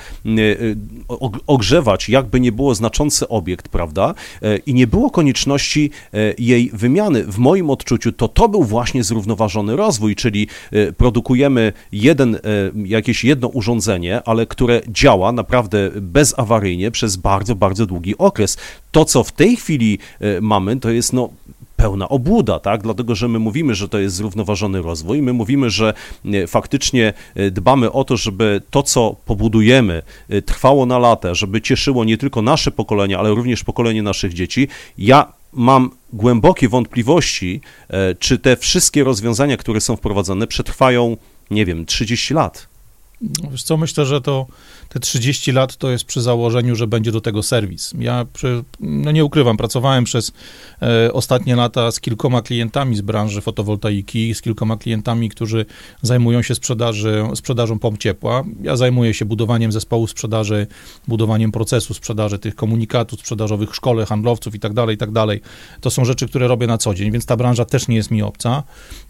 ogrzewać, jakby nie było znaczący obiekt, prawda? I nie było konieczności jej wymiany. W moim odczuciu to był właśnie zrównoważony rozwój, czyli produkujemy jakieś jedno urządzenie, ale które działa naprawdę bezawaryjnie przez bardzo, bardzo długi okres. To, co w tej chwili mamy, to jest pełna obłuda, tak? Dlatego, że my mówimy, że to jest zrównoważony rozwój, my mówimy, że faktycznie dbamy o to, żeby to, co pobudujemy, trwało na lata, żeby cieszyło nie tylko nasze pokolenie, ale również pokolenie naszych dzieci. Ja mam głębokie wątpliwości, czy te wszystkie rozwiązania, które są wprowadzane, przetrwają, 30 lat. Wiesz co, myślę, że te 30 lat to jest przy założeniu, że będzie do tego serwis. Ja nie ukrywam, pracowałem przez ostatnie lata z kilkoma klientami z branży fotowoltaiki, z kilkoma klientami, którzy zajmują się sprzedażą pomp ciepła. Ja zajmuję się budowaniem zespołu sprzedaży, budowaniem procesu sprzedaży, tych komunikatów sprzedażowych, szkole, handlowców i tak dalej. To są rzeczy, które robię na co dzień, więc ta branża też nie jest mi obca.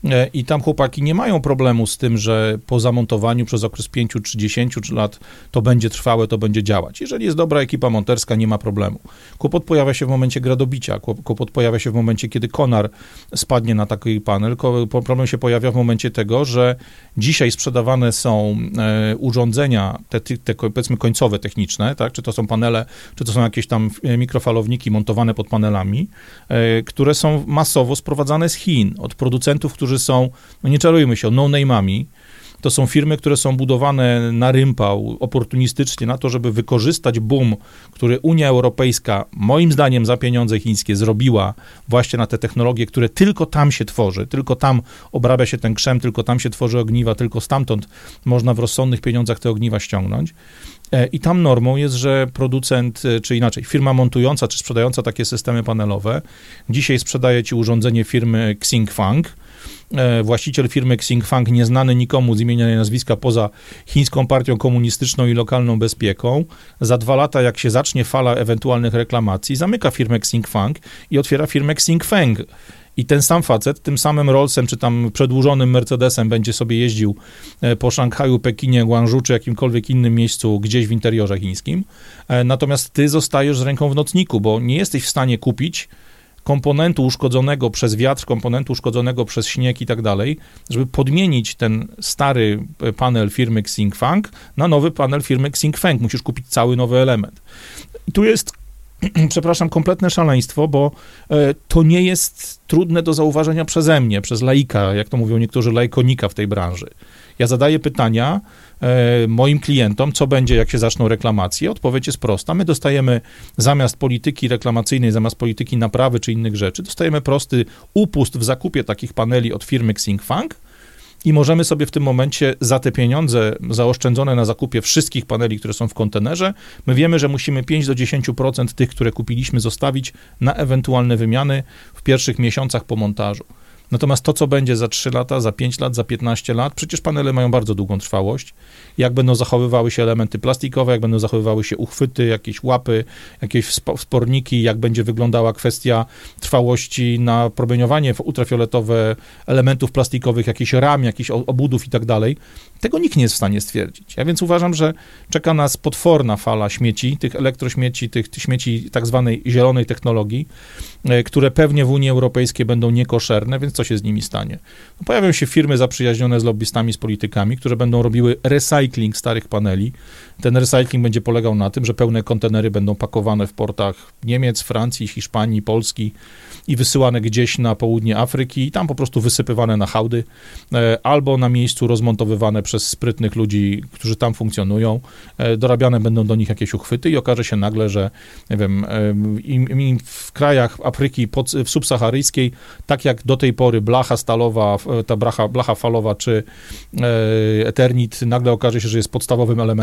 I tam chłopaki nie mają problemu z tym, że po zamontowaniu przez okres 5 czy 10 lat to będzie trwałe, to będzie działać. Jeżeli jest dobra ekipa monterska, nie ma problemu. Kłopot pojawia się w momencie gradobicia, kłopot pojawia się w momencie, kiedy konar spadnie na taki panel, problem się pojawia w momencie tego, że dzisiaj sprzedawane są urządzenia, te powiedzmy końcowe, techniczne, tak? Czy to są panele, czy to są jakieś tam mikrofalowniki montowane pod panelami, które są masowo sprowadzane z Chin, od producentów, którzy są, nie czarujmy się, no-name'ami. To są firmy, które są budowane na rympał, oportunistycznie, na to, żeby wykorzystać boom, który Unia Europejska, moim zdaniem za pieniądze chińskie, zrobiła właśnie na te technologie, które tylko tam się tworzy, tylko tam obrabia się ten krzem, tylko tam się tworzy ogniwa, tylko stamtąd można w rozsądnych pieniądzach te ogniwa ściągnąć. I tam normą jest, że producent, czy inaczej, firma montująca, czy sprzedająca takie systemy panelowe, dzisiaj sprzedaje ci urządzenie firmy Xingfang. Właściciel firmy Xingfang, nieznany nikomu z imienia i nazwiska poza chińską partią komunistyczną i lokalną bezpieką, za 2 lata, jak się zacznie fala ewentualnych reklamacji, zamyka firmę Xingfang i otwiera firmę Xingfeng. I ten sam facet, tym samym Rollsem, czy tam przedłużonym Mercedesem będzie sobie jeździł po Szanghaju, Pekinie, Guangzhou, czy jakimkolwiek innym miejscu gdzieś w interiorze chińskim. Natomiast ty zostajesz z ręką w nocniku, bo nie jesteś w stanie kupić komponentu uszkodzonego przez wiatr, komponentu uszkodzonego przez śnieg i tak dalej, żeby podmienić ten stary panel firmy Xingfang na nowy panel firmy Xingfeng. Musisz kupić cały nowy element. I tu jest, przepraszam, kompletne szaleństwo, bo to nie jest trudne do zauważenia przeze mnie, przez laika, jak to mówią niektórzy, laikonika w tej branży. Ja zadaję pytania moim klientom, co będzie, jak się zaczną reklamacje. Odpowiedź jest prosta. My dostajemy zamiast polityki reklamacyjnej, zamiast polityki naprawy czy innych rzeczy, dostajemy prosty upust w zakupie takich paneli od firmy Xingfang i możemy sobie w tym momencie za te pieniądze zaoszczędzone na zakupie wszystkich paneli, które są w kontenerze, my wiemy, że musimy 5 do 10% tych, które kupiliśmy, zostawić na ewentualne wymiany w pierwszych miesiącach po montażu. Natomiast to, co będzie za 3 lata, za 5 lat, za 15 lat, przecież panele mają bardzo długą trwałość. Jak będą zachowywały się elementy plastikowe, jak będą zachowywały się uchwyty, jakieś łapy, jakieś wsporniki, jak będzie wyglądała kwestia trwałości na promieniowanie ultrafioletowe elementów plastikowych, jakichś ram, jakichś obudów i tak dalej. Tego nikt nie jest w stanie stwierdzić. Ja więc uważam, że czeka nas potworna fala śmieci, tych elektrośmieci, tych śmieci tak zwanej zielonej technologii, które pewnie w Unii Europejskiej będą niekoszerne, więc co się z nimi stanie? No, pojawią się firmy zaprzyjaźnione z lobbystami, z politykami, które będą robiły recycling starych paneli. Ten recycling będzie polegał na tym, że pełne kontenery będą pakowane w portach Niemiec, Francji, Hiszpanii, Polski i wysyłane gdzieś na południe Afryki i tam po prostu wysypywane na hałdy albo na miejscu rozmontowywane przez sprytnych ludzi, którzy tam funkcjonują. Dorabiane będą do nich jakieś uchwyty i okaże się nagle, że nie wiem, w krajach Afryki subsaharyjskiej, tak jak do tej pory blacha stalowa, ta blacha falowa czy Eternit, nagle okaże się, że jest podstawowym elementem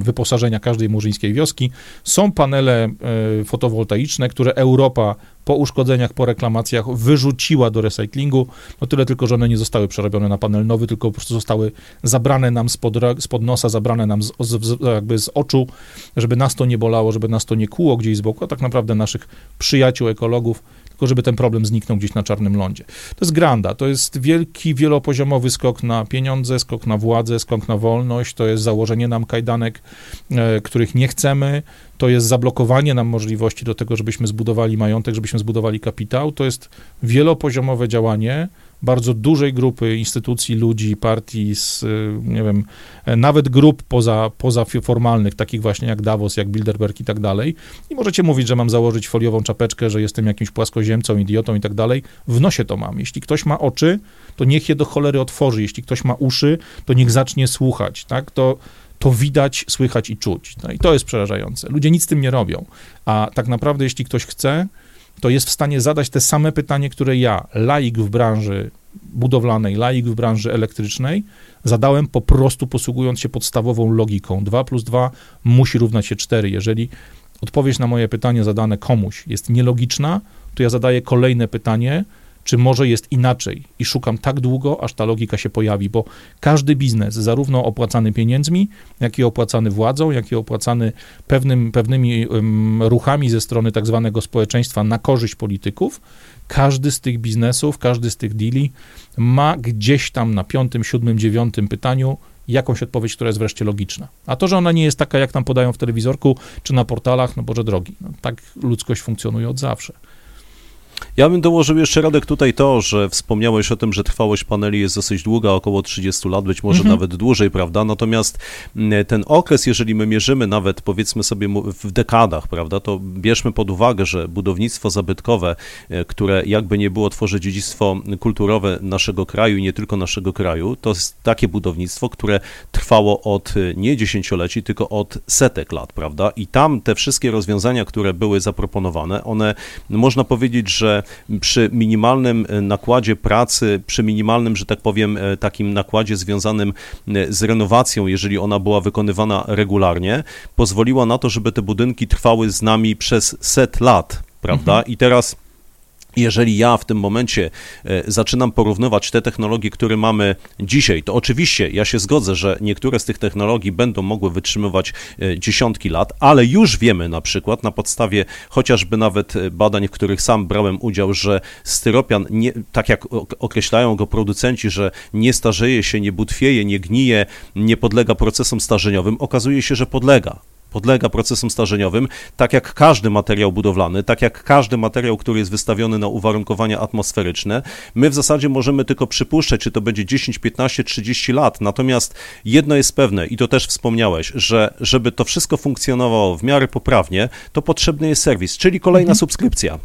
wyposażenia każdej murzyńskiej wioski. Są panele fotowoltaiczne, które Europa po uszkodzeniach, po reklamacjach wyrzuciła do recyklingu. No tyle tylko, że one nie zostały przerobione na panel nowy, tylko po prostu zostały zabrane nam spod nosa, zabrane nam jakby z oczu, żeby nas to nie bolało, żeby nas to nie kłuło gdzieś z boku, a tak naprawdę naszych przyjaciół, ekologów, tylko żeby ten problem zniknął gdzieś na czarnym lądzie. To jest granda, to jest wielki, wielopoziomowy skok na pieniądze, skok na władzę, skok na wolność, to jest założenie nam kajdanek, których nie chcemy, to jest zablokowanie nam możliwości do tego, żebyśmy zbudowali majątek, żebyśmy zbudowali kapitał, to jest wielopoziomowe działanie bardzo dużej grupy instytucji, ludzi, partii, nie wiem, nawet grup pozaformalnych, takich właśnie jak Davos, jak Bilderberg i tak dalej. I możecie mówić, że mam założyć foliową czapeczkę, że jestem jakimś płaskoziemcą, idiotą i tak dalej. W nosie to mam. Jeśli ktoś ma oczy, to niech je do cholery otworzy. Jeśli ktoś ma uszy, to niech zacznie słuchać, tak? To widać, słychać i czuć. No i to jest przerażające. Ludzie nic z tym nie robią. A tak naprawdę, jeśli ktoś chce, to jest w stanie zadać te same pytanie, które ja, laik w branży budowlanej, laik w branży elektrycznej, zadałem po prostu posługując się podstawową logiką. 2 + 2 musi równać się 4. Jeżeli odpowiedź na moje pytanie zadane komuś jest nielogiczna, to ja zadaję kolejne pytanie, czy może jest inaczej i szukam tak długo, aż ta logika się pojawi, bo każdy biznes, zarówno opłacany pieniędzmi, jak i opłacany władzą, jak i opłacany pewnymi ruchami ze strony tak zwanego społeczeństwa na korzyść polityków, każdy z tych biznesów, każdy z tych deali ma gdzieś tam na 5., 7., 9. pytaniu jakąś odpowiedź, która jest wreszcie logiczna. A to, że ona nie jest taka, jak nam podają w telewizorku, czy na portalach, no Boże drogi, no, tak ludzkość funkcjonuje od zawsze. Ja bym dołożył jeszcze, Radek, tutaj to, że wspomniałeś o tym, że trwałość paneli jest dosyć długa, około 30 lat, być może nawet dłużej, prawda? Natomiast ten okres, jeżeli my mierzymy nawet, powiedzmy sobie, w dekadach, prawda, to bierzmy pod uwagę, że budownictwo zabytkowe, które jakby nie było tworzy dziedzictwo kulturowe naszego kraju i nie tylko naszego kraju, to jest takie budownictwo, które trwało od nie dziesięcioleci, tylko od setek lat, prawda? I tam te wszystkie rozwiązania, które były zaproponowane, one, można powiedzieć, że przy minimalnym nakładzie pracy, przy minimalnym, że tak powiem, takim nakładzie związanym z renowacją, jeżeli ona była wykonywana regularnie, pozwoliła na to, żeby te budynki trwały z nami przez 100 lat, prawda? I teraz jeżeli ja w tym momencie zaczynam porównywać te technologie, które mamy dzisiaj, to oczywiście ja się zgodzę, że niektóre z tych technologii będą mogły wytrzymywać dziesiątki lat, ale już wiemy na przykład na podstawie chociażby nawet badań, w których sam brałem udział, że styropian, nie, tak jak określają go producenci, że nie starzeje się, nie butwieje, nie gnije, nie podlega procesom starzeniowym, okazuje się, że podlega procesom starzeniowym, tak jak każdy materiał budowlany, tak jak każdy materiał, który jest wystawiony na uwarunkowania atmosferyczne. My w zasadzie możemy tylko przypuszczać, czy to będzie 10, 15, 30 lat. Natomiast jedno jest pewne i to też wspomniałeś, że żeby to wszystko funkcjonowało w miarę poprawnie, to potrzebny jest serwis, czyli kolejna subskrypcja.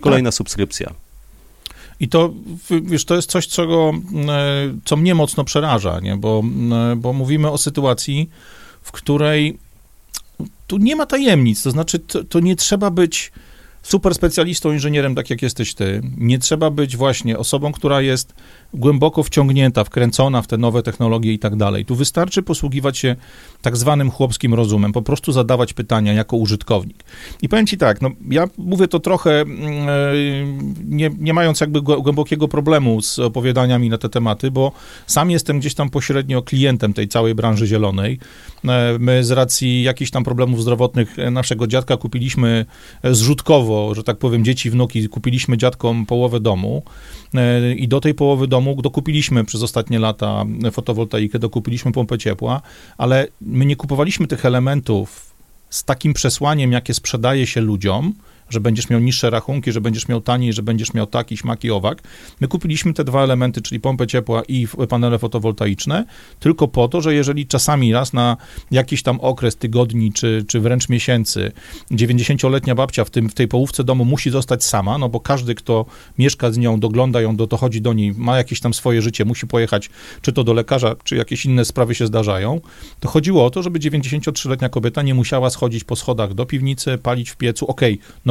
I to, wiesz, to jest coś, co mnie mocno przeraża, nie? Bo mówimy o sytuacji, w której tu nie ma tajemnic, to znaczy to nie trzeba być super specjalistą, inżynierem, tak jak jesteś ty. Nie trzeba być właśnie osobą, która jest głęboko wciągnięta, wkręcona w te nowe technologie i tak dalej. Tu wystarczy posługiwać się tak zwanym chłopskim rozumem, po prostu zadawać pytania jako użytkownik. I powiem ci tak, no ja mówię to trochę nie mając jakby głębokiego problemu z opowiadaniami na te tematy, bo sam jestem gdzieś tam pośrednio klientem tej całej branży zielonej. My z racji jakichś tam problemów zdrowotnych naszego dziadka kupiliśmy zrzutkowo, że tak powiem, dzieci, wnuki, kupiliśmy dziadkom połowę domu i do tej połowy domu dokupiliśmy przez ostatnie lata fotowoltaikę, dokupiliśmy pompę ciepła, ale my nie kupowaliśmy tych elementów z takim przesłaniem, jakie sprzedaje się ludziom, że będziesz miał niższe rachunki, że będziesz miał taniej, że będziesz miał taki, śmak i owak. My kupiliśmy te dwa elementy, czyli pompę ciepła i panele fotowoltaiczne, tylko po to, że jeżeli czasami raz na jakiś tam okres tygodni, czy wręcz miesięcy 90-letnia babcia w tej połówce domu musi zostać sama, no bo każdy, kto mieszka z nią, dogląda ją, dochodzi do niej, ma jakieś tam swoje życie, musi pojechać, czy to do lekarza, czy jakieś inne sprawy się zdarzają, to chodziło o to, żeby 93-letnia kobieta nie musiała schodzić po schodach do piwnicy, palić w piecu, nowoczesne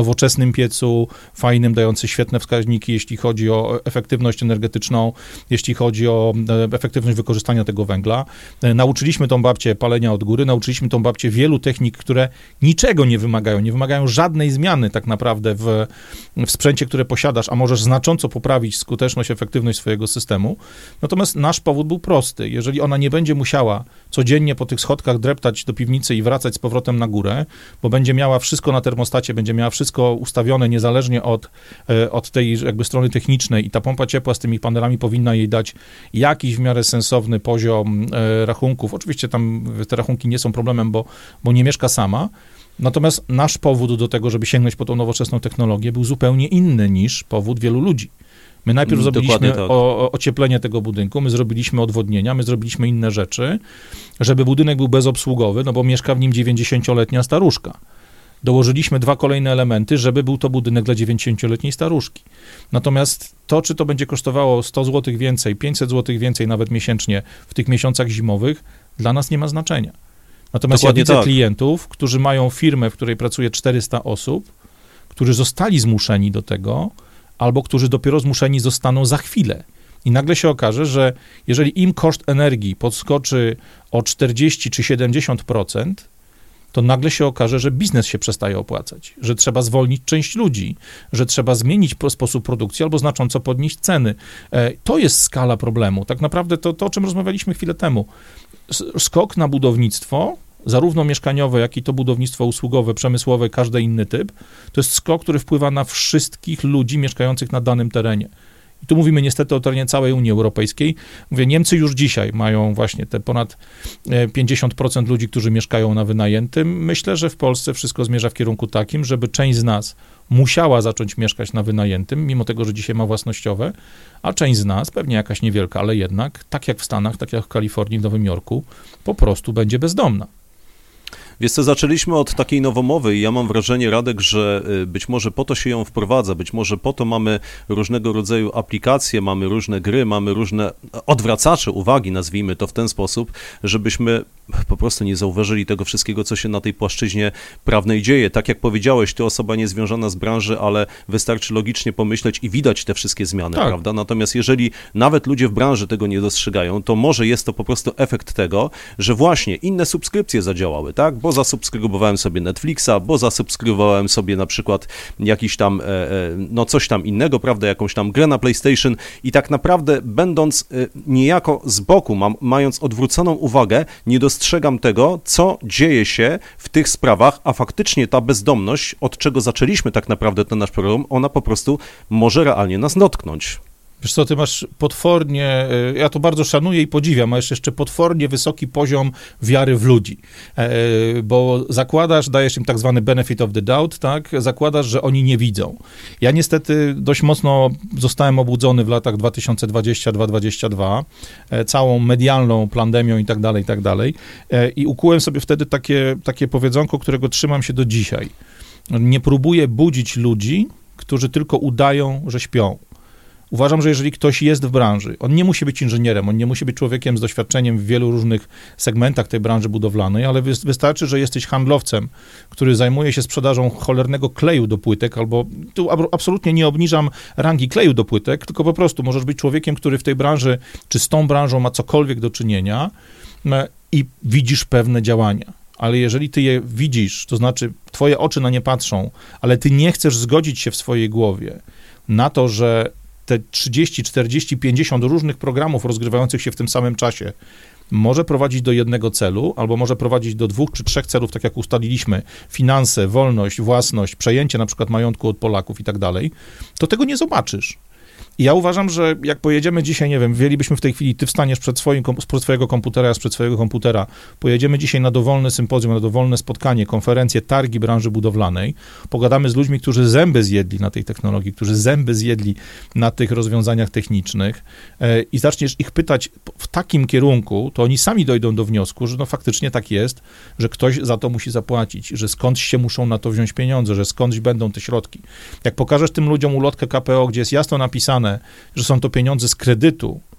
nowoczesnym piecu, fajnym, dający świetne wskaźniki, jeśli chodzi o efektywność energetyczną, jeśli chodzi o efektywność wykorzystania tego węgla. Nauczyliśmy tą babcię palenia od góry, nauczyliśmy tą babcię wielu technik, które niczego nie wymagają żadnej zmiany tak naprawdę w sprzęcie, które posiadasz, a możesz znacząco poprawić skuteczność, efektywność swojego systemu. Natomiast nasz powód był prosty. Jeżeli ona nie będzie musiała codziennie po tych schodkach dreptać do piwnicy i wracać z powrotem na górę, bo będzie miała wszystko na termostacie, będzie miała wszystko ustawione niezależnie od tej jakby strony technicznej i ta pompa ciepła z tymi panelami powinna jej dać jakiś w miarę sensowny poziom rachunków. Oczywiście tam te rachunki nie są problemem, bo nie mieszka sama. Natomiast nasz powód do tego, żeby sięgnąć po tą nowoczesną technologię, był zupełnie inny niż powód wielu ludzi. My najpierw zrobiliśmy tak. Ocieplenie tego budynku, my zrobiliśmy odwodnienia, my zrobiliśmy inne rzeczy, żeby budynek był bezobsługowy, no bo mieszka w nim 90-letnia staruszka. Dołożyliśmy 2 kolejne elementy, żeby był to budynek dla 90-letniej staruszki. Natomiast to, czy to będzie kosztowało 100 zł więcej, 500 zł więcej nawet miesięcznie w tych miesiącach zimowych, dla nas nie ma znaczenia. Natomiast ja widzę klientów, którzy mają firmę, w której pracuje 400 osób, którzy zostali zmuszeni do tego, albo którzy dopiero zmuszeni zostaną za chwilę. I nagle się okaże, że jeżeli im koszt energii podskoczy o 40 czy 70%, to nagle się okaże, że biznes się przestaje opłacać, że trzeba zwolnić część ludzi, że trzeba zmienić sposób produkcji albo znacząco podnieść ceny. To jest skala problemu. Tak naprawdę to, o czym rozmawialiśmy chwilę temu. Skok na budownictwo, zarówno mieszkaniowe, jak i to budownictwo usługowe, przemysłowe, każdy inny typ, to jest skok, który wpływa na wszystkich ludzi mieszkających na danym terenie. I tu mówimy niestety o terenie całej Unii Europejskiej. Mówię, Niemcy już dzisiaj mają właśnie te ponad 50% ludzi, którzy mieszkają na wynajętym. Myślę, że w Polsce wszystko zmierza w kierunku takim, żeby część z nas musiała zacząć mieszkać na wynajętym, mimo tego, że dzisiaj ma własnościowe, a część z nas, pewnie jakaś niewielka, ale jednak, tak jak w Stanach, tak jak w Kalifornii, w Nowym Jorku, po prostu będzie bezdomna. Wiesz co, zaczęliśmy od takiej nowomowy i ja mam wrażenie, Radek, że być może po to się ją wprowadza, być może po to mamy różnego rodzaju aplikacje, mamy różne gry, mamy różne odwracacze uwagi, nazwijmy to w ten sposób, żebyśmy po prostu nie zauważyli tego wszystkiego, co się na tej płaszczyźnie prawnej dzieje. Tak jak powiedziałeś, ty osoba niezwiązana z branży, ale wystarczy logicznie pomyśleć i widać te wszystkie zmiany, tak, prawda? Natomiast jeżeli nawet ludzie w branży tego nie dostrzegają, to może jest to po prostu efekt tego, że właśnie inne subskrypcje zadziałały, tak? Bo zasubskrybowałem sobie Netflixa, bo zasubskrybowałem sobie na przykład jakiś tam, no coś tam innego, prawda, jakąś tam grę na PlayStation i tak naprawdę będąc niejako z boku, mając odwróconą uwagę, nie dostrzegam tego, co dzieje się w tych sprawach, a faktycznie ta bezdomność, od czego zaczęliśmy tak naprawdę ten nasz program, ona po prostu może realnie nas dotknąć. Wiesz co, ty masz potwornie, ja to bardzo szanuję i podziwiam, masz jeszcze potwornie wysoki poziom wiary w ludzi, bo zakładasz, dajesz im tak zwany benefit of the doubt, tak, zakładasz, że oni nie widzą. Ja niestety dość mocno zostałem obudzony w latach 2022 całą medialną pandemią i tak dalej, i ukułem sobie wtedy takie powiedzonko, którego trzymam się do dzisiaj. Nie próbuję budzić ludzi, którzy tylko udają, że śpią. Uważam, że jeżeli ktoś jest w branży, on nie musi być inżynierem, on nie musi być człowiekiem z doświadczeniem w wielu różnych segmentach tej branży budowlanej, ale wystarczy, że jesteś handlowcem, który zajmuje się sprzedażą cholernego kleju do płytek, albo tu absolutnie nie obniżam rangi kleju do płytek, tylko po prostu możesz być człowiekiem, który w tej branży, czy z tą branżą ma cokolwiek do czynienia i widzisz pewne działania. Ale jeżeli ty je widzisz, to znaczy twoje oczy na nie patrzą, ale ty nie chcesz zgodzić się w swojej głowie na to, że te 30, 40, 50 różnych programów rozgrywających się w tym samym czasie może prowadzić do jednego celu, albo może prowadzić do 2 czy 3 celów, tak jak ustaliliśmy, finanse, wolność, własność, przejęcie na przykład majątku od Polaków i tak dalej, to tego nie zobaczysz. I ja uważam, że jak pojedziemy dzisiaj, nie wiem, wzięlibyśmy w tej chwili, ty wstaniesz przed swojego komputera, ja przed swojego komputera, pojedziemy dzisiaj na dowolne sympozjum, na dowolne spotkanie, konferencję, targi branży budowlanej, pogadamy z ludźmi, którzy zęby zjedli na tej technologii, którzy zęby zjedli na tych rozwiązaniach technicznych i zaczniesz ich pytać w takim kierunku, to oni sami dojdą do wniosku, że no faktycznie tak jest, że ktoś za to musi zapłacić, że skądś się muszą na to wziąć pieniądze, że skądś będą te środki. Jak pokażesz tym ludziom ulotkę KPO, gdzie jest jasno napisane, że są to pieniądze z kredytu,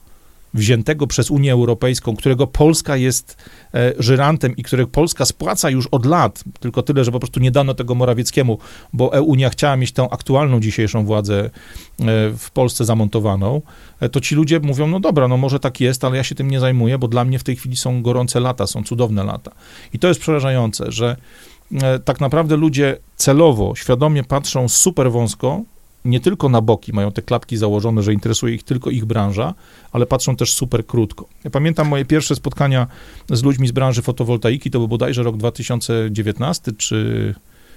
wziętego przez Unię Europejską, którego Polska jest żyrantem i którego Polska spłaca już od lat, tylko tyle, że po prostu nie dano tego Morawieckiemu, bo Unia chciała mieć tę aktualną dzisiejszą władzę w Polsce zamontowaną, to ci ludzie mówią, no dobra, no może tak jest, ale ja się tym nie zajmuję, bo dla mnie w tej chwili są gorące lata, są cudowne lata. I to jest przerażające, że tak naprawdę ludzie celowo, świadomie patrzą super wąsko, nie tylko na boki, mają te klapki założone, że interesuje ich tylko ich branża, ale patrzą też super krótko. Ja pamiętam moje pierwsze spotkania z ludźmi z branży fotowoltaiki, to był bodajże rok 2019 czy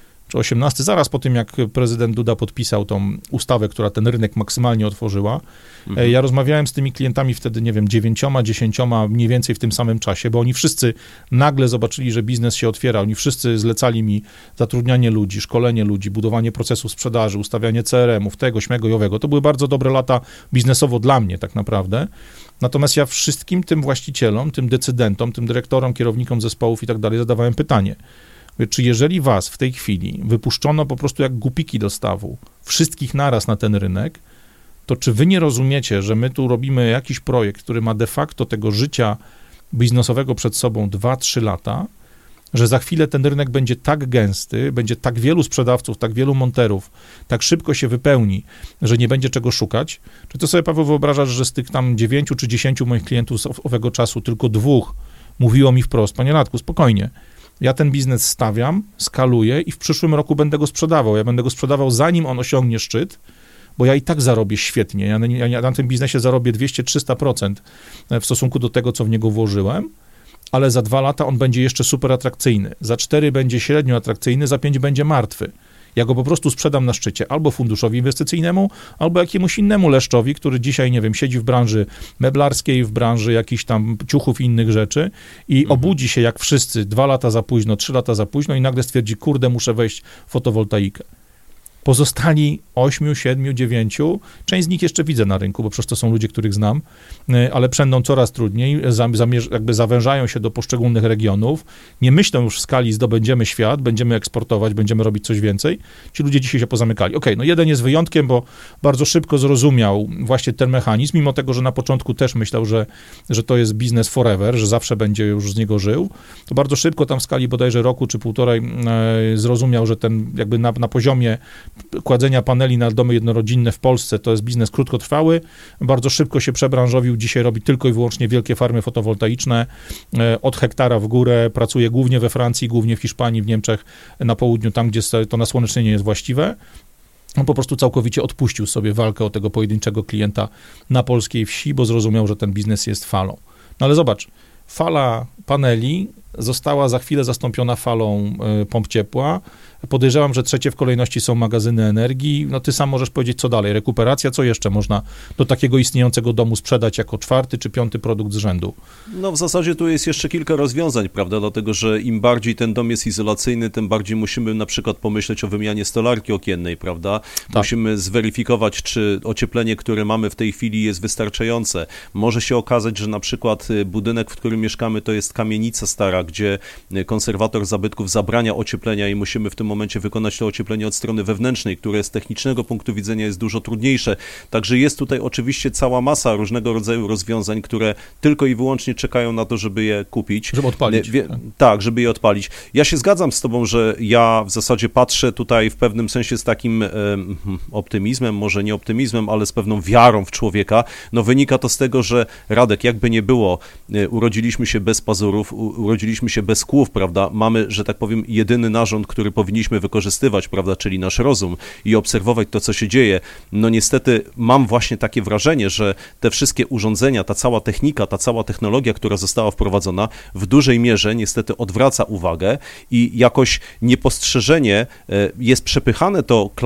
18, zaraz po tym, jak prezydent Duda podpisał tą ustawę, która ten rynek maksymalnie otworzyła. Ja rozmawiałem z tymi klientami wtedy, nie wiem, 9, 10, mniej więcej w tym samym czasie, bo oni wszyscy nagle zobaczyli, że biznes się otwiera, oni wszyscy zlecali mi zatrudnianie ludzi, szkolenie ludzi, budowanie procesów sprzedaży, ustawianie CRM-ów, tego, śmego i owego. To były bardzo dobre lata biznesowo dla mnie tak naprawdę. Natomiast ja wszystkim tym właścicielom, tym decydentom, tym dyrektorom, kierownikom zespołów i tak dalej zadawałem pytanie, czy jeżeli was w tej chwili wypuszczono po prostu jak głupiki do stawu, wszystkich naraz na ten rynek, to czy wy nie rozumiecie, że my tu robimy jakiś projekt, który ma de facto tego życia biznesowego przed sobą 2-3 lata, że za chwilę ten rynek będzie tak gęsty, będzie tak wielu sprzedawców, tak wielu monterów, tak szybko się wypełni, że nie będzie czego szukać? Czy to sobie, Paweł, wyobrażasz, że z tych tam 9 czy 10 moich klientów z owego czasu tylko 2 mówiło mi wprost, panie Radku, spokojnie, ja ten biznes stawiam, skaluję i w przyszłym roku będę go sprzedawał. Ja będę go sprzedawał, zanim on osiągnie szczyt, bo ja i tak zarobię świetnie. Ja na tym biznesie zarobię 200-300% w stosunku do tego, co w niego włożyłem, ale za 2 lata on będzie jeszcze super atrakcyjny. Za 4 będzie średnio atrakcyjny, za 5 będzie martwy. Ja go po prostu sprzedam na szczycie albo funduszowi inwestycyjnemu, albo jakiemuś innemu leszczowi, który dzisiaj, nie wiem, siedzi w branży meblarskiej, w branży jakichś tam ciuchów i innych rzeczy i obudzi się jak wszyscy 2 lata za późno, 3 lata za późno i nagle stwierdzi, kurde, muszę wejść w fotowoltaikę. Pozostali 8, 7, 9, część z nich jeszcze widzę na rynku, bo przecież to są ludzie, których znam, ale przędą coraz trudniej, jakby zawężają się do poszczególnych regionów, nie myślą już w skali zdobędziemy świat, będziemy eksportować, będziemy robić coś więcej. Ci ludzie dzisiaj się pozamykali. Okej, no jeden jest wyjątkiem, bo bardzo szybko zrozumiał właśnie ten mechanizm, mimo tego, że na początku też myślał, że to jest biznes forever, że zawsze będzie już z niego żył, to bardzo szybko tam w skali bodajże roku czy półtorej zrozumiał, że ten jakby na poziomie kładzenia paneli na domy jednorodzinne w Polsce to jest biznes krótkotrwały, bardzo szybko się przebranżowił, dzisiaj robi tylko i wyłącznie wielkie farmy fotowoltaiczne, od hektara w górę, pracuje głównie we Francji, głównie w Hiszpanii, w Niemczech, na południu, tam gdzie to nasłonecznienie jest właściwe. On po prostu całkowicie odpuścił sobie walkę o tego pojedynczego klienta na polskiej wsi, bo zrozumiał, że ten biznes jest falą. No ale zobacz, fala paneli została za chwilę zastąpiona falą pomp ciepła. Podejrzewam, że trzecie w kolejności są magazyny energii. No ty sam możesz powiedzieć, co dalej. Rekuperacja, co jeszcze można do takiego istniejącego domu sprzedać jako 4. czy 5. produkt z rzędu? No w zasadzie tu jest jeszcze kilka rozwiązań, prawda, dlatego, że im bardziej ten dom jest izolacyjny, tym bardziej musimy na przykład pomyśleć o wymianie stolarki okiennej, prawda? Tak. Musimy zweryfikować, czy ocieplenie, które mamy w tej chwili jest wystarczające. Może się okazać, że na przykład budynek, w którym mieszkamy, to jest kamienica stara, gdzie konserwator zabytków zabrania ocieplenia i musimy w tym momencie wykonać to ocieplenie od strony wewnętrznej, które z technicznego punktu widzenia jest dużo trudniejsze. Także jest tutaj oczywiście cała masa różnego rodzaju rozwiązań, które tylko i wyłącznie czekają na to, żeby je kupić. Żeby odpalić. Tak, żeby je odpalić. Ja się zgadzam z tobą, że ja w zasadzie patrzę tutaj w pewnym sensie z takim optymizmem, może nie optymizmem, ale z pewną wiarą w człowieka. No wynika to z tego, że Radek, jakby nie było, urodziliśmy się bez pazurów, urodziliśmy się bez kłów, prawda? Mamy, że tak powiem, jedyny narząd, który powinniśmy wykorzystywać, prawda, czyli nasz rozum i obserwować to, co się dzieje. No niestety mam właśnie takie wrażenie, że te wszystkie urządzenia, ta cała technika, ta cała technologia, która została wprowadzona, w dużej mierze niestety odwraca uwagę i jakoś niepostrzeżenie jest przepychane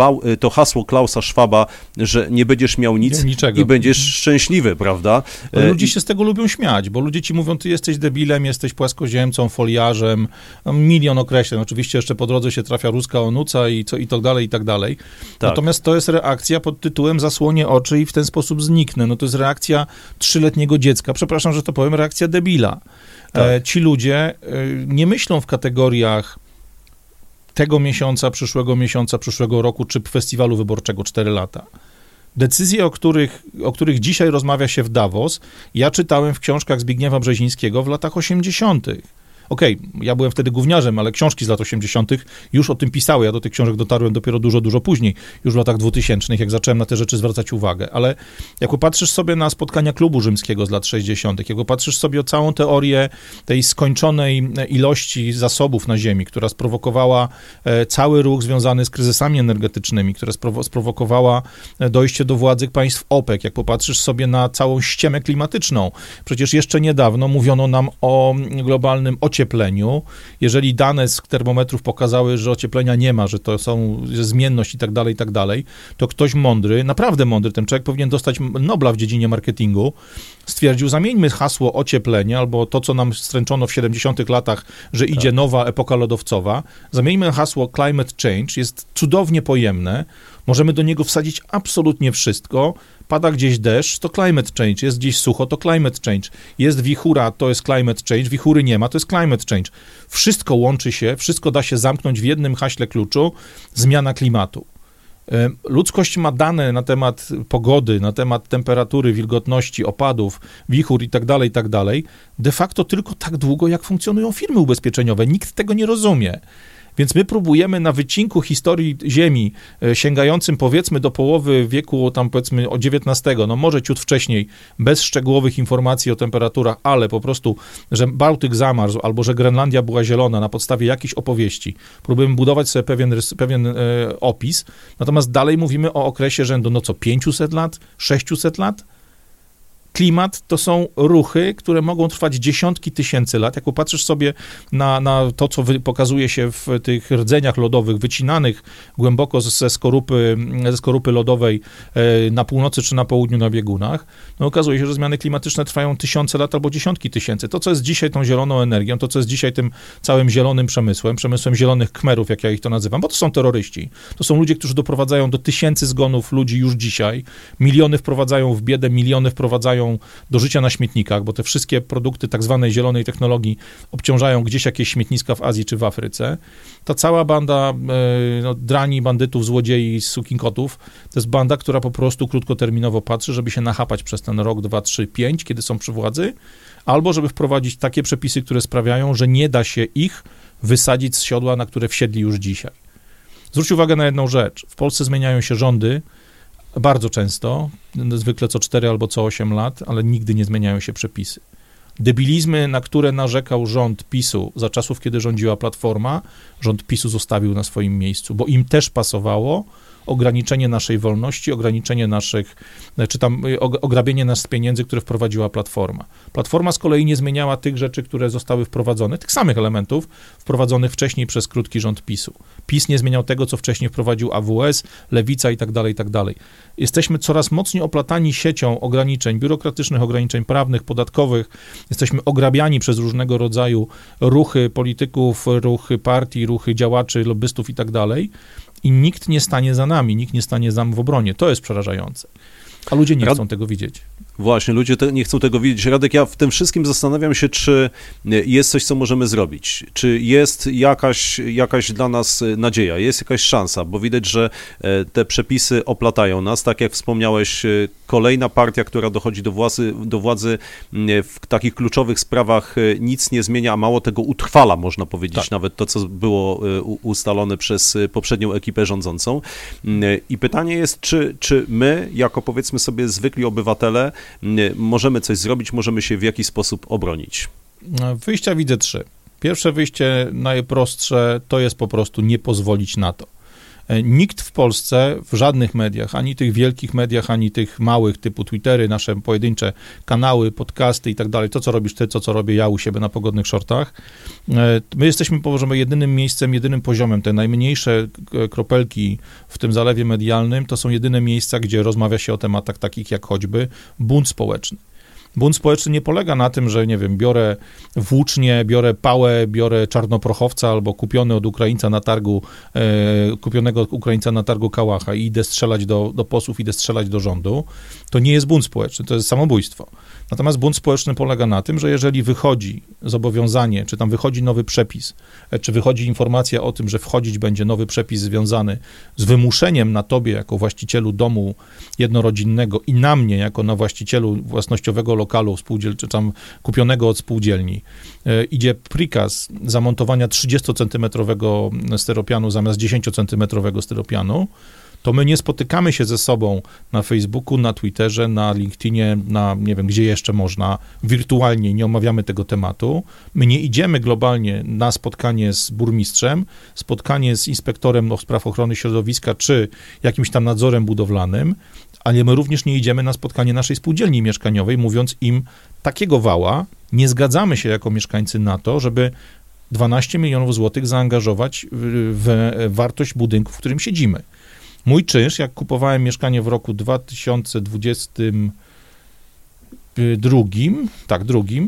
to hasło Klausa Schwaba, że nie będziesz miał nic i będziesz szczęśliwy, prawda? Ale ludzie się z tego lubią śmiać, bo ludzie ci mówią, ty jesteś debilem, jesteś płaskoziemcą, foliarzem, milion określeń. Oczywiście jeszcze po drodze się trafia ruska onuca i tak dalej, i tak dalej. Tak. Natomiast to jest reakcja pod tytułem zasłonię oczy i w ten sposób zniknę. No to jest reakcja 3-letniego dziecka. Przepraszam, że to powiem, reakcja debila. Tak. Ci ludzie nie myślą w kategoriach tego miesiąca, przyszłego roku, czy festiwalu wyborczego 4 lata. Decyzje, o których dzisiaj rozmawia się w Davos, ja czytałem w książkach Zbigniewa Brzezińskiego w latach 80. Okej, ja byłem wtedy gówniarzem, ale książki z lat 80. już o tym pisały. Ja do tych książek dotarłem dopiero dużo później, już w latach 2000, jak zacząłem na te rzeczy zwracać uwagę. Ale jak popatrzysz sobie na spotkania klubu rzymskiego z lat 60., jak popatrzysz sobie o całą teorię tej skończonej ilości zasobów na Ziemi, która sprowokowała cały ruch związany z kryzysami energetycznymi, która sprowokowała dojście do władzy państw OPEC, jak popatrzysz sobie na całą ściemę klimatyczną. Przecież jeszcze niedawno mówiono nam o globalnym ociepleniu. Jeżeli dane z termometrów pokazały, że ocieplenia nie ma, że to są zmienność i tak dalej, to ktoś mądry, naprawdę mądry, ten człowiek powinien dostać Nobla w dziedzinie marketingu, stwierdził, zamieńmy hasło ocieplenie, albo to, co nam stręczono w 70 latach, że idzie nowa epoka lodowcowa, zamieńmy hasło climate change, jest cudownie pojemne, możemy do niego wsadzić absolutnie wszystko. Pada gdzieś deszcz, to climate change. Jest gdzieś sucho, to climate change. Jest wichura, to jest climate change. Wichury nie ma, to jest climate change. Wszystko łączy się, wszystko da się zamknąć w jednym haśle kluczu: zmiana klimatu. Ludzkość ma dane na temat pogody, na temat temperatury, wilgotności, opadów, wichur i tak dalej, de facto tylko tak długo, jak funkcjonują firmy ubezpieczeniowe. Nikt tego nie rozumie. Więc my próbujemy na wycinku historii Ziemi, sięgającym powiedzmy do połowy wieku, tam powiedzmy XIX, no może ciut wcześniej, bez szczegółowych informacji o temperaturach, ale po prostu, że Bałtyk zamarzł, albo że Grenlandia była zielona na podstawie jakichś opowieści. Próbujemy budować sobie pewien opis, natomiast dalej mówimy o okresie rzędu, 500 lat, 600 lat? Klimat to są ruchy, które mogą trwać dziesiątki tysięcy lat. Jak popatrzysz sobie na to, co pokazuje się w tych rdzeniach lodowych, wycinanych głęboko ze skorupy lodowej na północy czy na południu na biegunach, no okazuje się, że zmiany klimatyczne trwają tysiące lat albo dziesiątki tysięcy. To, co jest dzisiaj tą zieloną energią, to, co jest dzisiaj tym całym zielonym przemysłem zielonych kmerów, jak ja ich to nazywam, bo to są terroryści. To są ludzie, którzy doprowadzają do tysięcy zgonów ludzi już dzisiaj. Miliony wprowadzają w biedę, miliony wprowadzają do życia na śmietnikach, bo te wszystkie produkty tak zwanej zielonej technologii obciążają gdzieś jakieś śmietniska w Azji czy w Afryce. Ta cała banda drani, bandytów, złodziei, sukinkotów, to jest banda, która po prostu krótkoterminowo patrzy, żeby się nachapać przez ten rok, 2, 3, 5, kiedy są przy władzy, albo żeby wprowadzić takie przepisy, które sprawiają, że nie da się ich wysadzić z siodła, na które wsiedli już dzisiaj. Zwróć uwagę na jedną rzecz. W Polsce zmieniają się rządy bardzo często, zwykle co 4 albo co 8 lat, ale nigdy nie zmieniają się przepisy. Debilizmy, na które narzekał rząd PiS-u za czasów, kiedy rządziła Platforma, rząd PiS-u zostawił na swoim miejscu, bo im też pasowało ograniczenie naszej wolności, ograniczenie ograbienie nas z pieniędzy, które wprowadziła Platforma. Platforma z kolei nie zmieniała tych rzeczy, które zostały wprowadzone, tych samych elementów wprowadzonych wcześniej przez krótki rząd PiS-u. PiS nie zmieniał tego, co wcześniej wprowadził AWS, Lewica i tak dalej. Jesteśmy coraz mocniej oplatani siecią ograniczeń biurokratycznych, ograniczeń prawnych, podatkowych. Jesteśmy ograbiani przez różnego rodzaju ruchy polityków, ruchy partii, ruchy działaczy, lobbystów i tak dalej. I nikt nie stanie za nami, nikt nie stanie za nami w obronie. To jest przerażające. A ludzie nie chcą tego widzieć. Właśnie, ludzie nie chcą tego widzieć. Radek, ja w tym wszystkim zastanawiam się, czy jest coś, co możemy zrobić. Czy jest jakaś dla nas nadzieja, jest jakaś szansa, bo widać, że te przepisy oplatają nas. Tak jak wspomniałeś, kolejna partia, która dochodzi do władzy w takich kluczowych sprawach nic nie zmienia, a mało tego utrwala, można powiedzieć, tak. Nawet to, co było ustalone przez poprzednią ekipę rządzącą. I pytanie jest, czy my, jako powiedzmy sobie zwykli obywatele, możemy coś zrobić, możemy się w jakiś sposób obronić? Wyjścia widzę 3. Pierwsze wyjście, najprostsze, to jest po prostu nie pozwolić na to. Nikt w Polsce, w żadnych mediach, ani tych wielkich mediach, ani tych małych, typu Twittery, nasze pojedyncze kanały, podcasty i tak dalej, to co robisz ty, co robię ja u siebie na pogodnych shortach, my jesteśmy, powiedzmy, jedynym miejscem, jedynym poziomem. Te najmniejsze kropelki w tym zalewie medialnym to są jedyne miejsca, gdzie rozmawia się o tematach takich jak choćby bunt społeczny. Bunt społeczny nie polega na tym, że, nie wiem, biorę włócznię, biorę pałę, biorę czarnoprochowca albo kupionego Ukraińca na targu kałacha i idę strzelać do posłów, idę strzelać do rządu. To nie jest bunt społeczny, to jest samobójstwo. Natomiast bunt społeczny polega na tym, że jeżeli wychodzi zobowiązanie, czy tam wychodzi nowy przepis, czy wychodzi informacja o tym, że wchodzić będzie nowy przepis związany z wymuszeniem na tobie jako właścicielu domu jednorodzinnego i na mnie jako na właścicielu własnościowego lokalu czy tam kupionego od spółdzielni, idzie prikaz zamontowania 30-centymetrowego styropianu zamiast 10-centymetrowego styropianu, to my nie spotykamy się ze sobą na Facebooku, na Twitterze, na LinkedInie, na nie wiem, gdzie jeszcze można, wirtualnie nie omawiamy tego tematu. My nie idziemy globalnie na spotkanie z burmistrzem, spotkanie z inspektorem od spraw ochrony środowiska, czy jakimś tam nadzorem budowlanym, ale my również nie idziemy na spotkanie naszej spółdzielni mieszkaniowej, mówiąc im takiego wała, nie zgadzamy się jako mieszkańcy na to, żeby 12 milionów złotych zaangażować w wartość budynku, w którym siedzimy. Mój czynsz, jak kupowałem mieszkanie w roku 2022,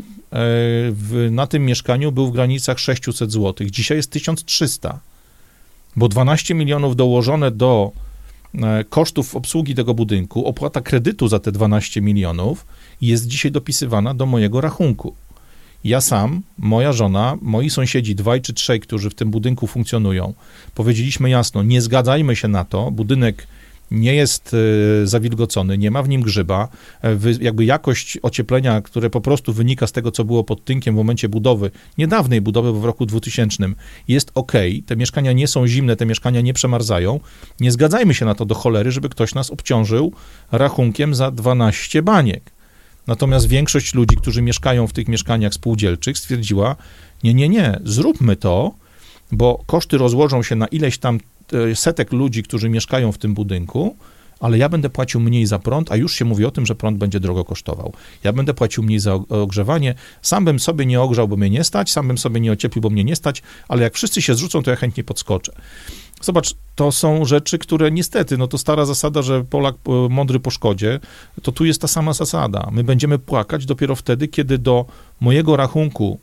na tym mieszkaniu był w granicach 600 zł. Dzisiaj jest 1300, bo 12 milionów dołożone do kosztów obsługi tego budynku, opłata kredytu za te 12 milionów jest dzisiaj dopisywana do mojego rachunku. Ja sam, moja żona, moi sąsiedzi, 2 czy 3, którzy w tym budynku funkcjonują, powiedzieliśmy jasno, nie zgadzajmy się na to, budynek nie jest zawilgocony, nie ma w nim grzyba, jakby jakość ocieplenia, które po prostu wynika z tego, co było pod tynkiem w momencie budowy, niedawnej budowy, bo w roku 2000, jest okej, te mieszkania nie są zimne, te mieszkania nie przemarzają, nie zgadzajmy się na to do cholery, żeby ktoś nas obciążył rachunkiem za 12 baniek. Natomiast większość ludzi, którzy mieszkają w tych mieszkaniach spółdzielczych, stwierdziła, nie, zróbmy to, bo koszty rozłożą się na ileś tam setek ludzi, którzy mieszkają w tym budynku, ale ja będę płacił mniej za prąd, a już się mówi o tym, że prąd będzie drogo kosztował. Ja będę płacił mniej za ogrzewanie, sam bym sobie nie ogrzał, bo mnie nie stać, sam bym sobie nie ocieplił, bo mnie nie stać, ale jak wszyscy się zrzucą, to ja chętnie podskoczę. Zobacz, to są rzeczy, które niestety, no to stara zasada, że Polak mądry po szkodzie, to tu jest ta sama zasada. My będziemy płakać dopiero wtedy, kiedy do mojego rachunku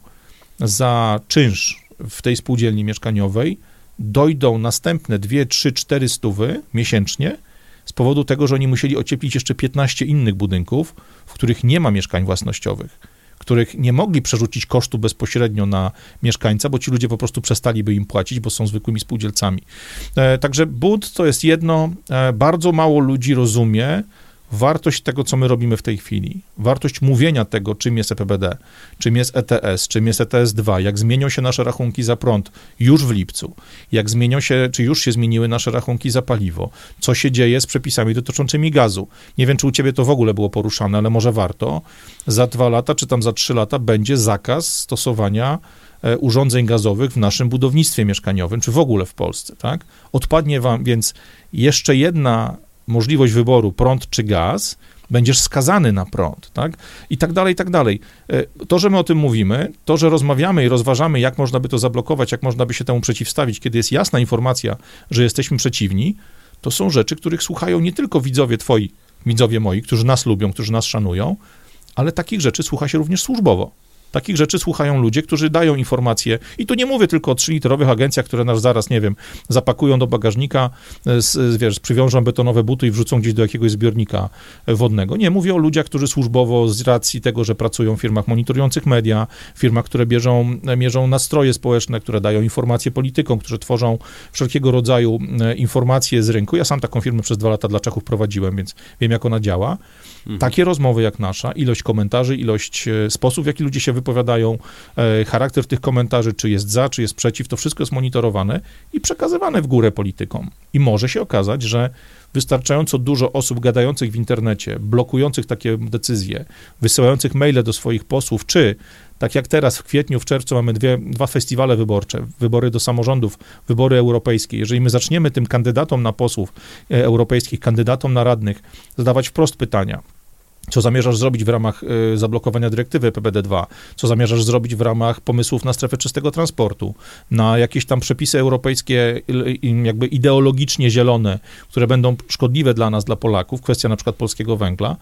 za czynsz w tej spółdzielni mieszkaniowej dojdą następne 2, 3, 4 stówy miesięcznie z powodu tego, że oni musieli ocieplić jeszcze 15 innych budynków, w których nie ma mieszkań własnościowych, których nie mogli przerzucić kosztu bezpośrednio na mieszkańca, bo ci ludzie po prostu przestaliby im płacić, bo są zwykłymi spółdzielcami. Także bunt to jest jedno, bardzo mało ludzi rozumie wartość tego, co my robimy w tej chwili, wartość mówienia tego, czym jest EPBD, czym jest ETS, czym jest ETS2, jak zmienią się nasze rachunki za prąd już w lipcu, jak zmienią się, czy już się zmieniły nasze rachunki za paliwo, co się dzieje z przepisami dotyczącymi gazu. Nie wiem, czy u ciebie to w ogóle było poruszane, ale może warto. Za 2 lata, czy tam za 3 lata będzie zakaz stosowania urządzeń gazowych w naszym budownictwie mieszkaniowym, czy w ogóle w Polsce, tak? Odpadnie wam więc jeszcze jedna możliwość wyboru, prąd czy gaz, będziesz skazany na prąd, tak? I tak dalej, i tak dalej. To, że my o tym mówimy, to, że rozmawiamy i rozważamy, jak można by to zablokować, jak można by się temu przeciwstawić, kiedy jest jasna informacja, że jesteśmy przeciwni, to są rzeczy, których słuchają nie tylko widzowie twoi, widzowie moi, którzy nas lubią, którzy nas szanują, ale takich rzeczy słucha się również służbowo. Takich rzeczy słuchają ludzie, którzy dają informacje i tu nie mówię tylko o 3-litrowych agencjach, które nas zaraz, nie wiem, zapakują do bagażnika, przywiążą betonowe buty i wrzucą gdzieś do jakiegoś zbiornika wodnego. Nie, mówię o ludziach, którzy służbowo z racji tego, że pracują w firmach monitorujących media, firmach, które mierzą nastroje społeczne, które dają informacje politykom, którzy tworzą wszelkiego rodzaju informacje z rynku. Ja sam taką firmę przez 2 lata dla Czechów prowadziłem, więc wiem, jak ona działa. Takie rozmowy jak nasza, ilość komentarzy, ilość sposób, w jaki ludzie się wypowiadają, charakter tych komentarzy, czy jest za, czy jest przeciw, to wszystko jest monitorowane i przekazywane w górę politykom. I może się okazać, że wystarczająco dużo osób gadających w internecie, blokujących takie decyzje, wysyłających maile do swoich posłów, czy tak jak teraz w kwietniu, w czerwcu mamy 2 festiwale wyborcze, wybory do samorządów, wybory europejskie. Jeżeli my zaczniemy tym kandydatom na posłów europejskich, kandydatom na radnych zadawać wprost pytania, co zamierzasz zrobić w ramach zablokowania dyrektywy PBD2, co zamierzasz zrobić w ramach pomysłów na strefę czystego transportu, na jakieś tam przepisy europejskie jakby ideologicznie zielone, które będą szkodliwe dla nas, dla Polaków, kwestia na przykład polskiego węgla,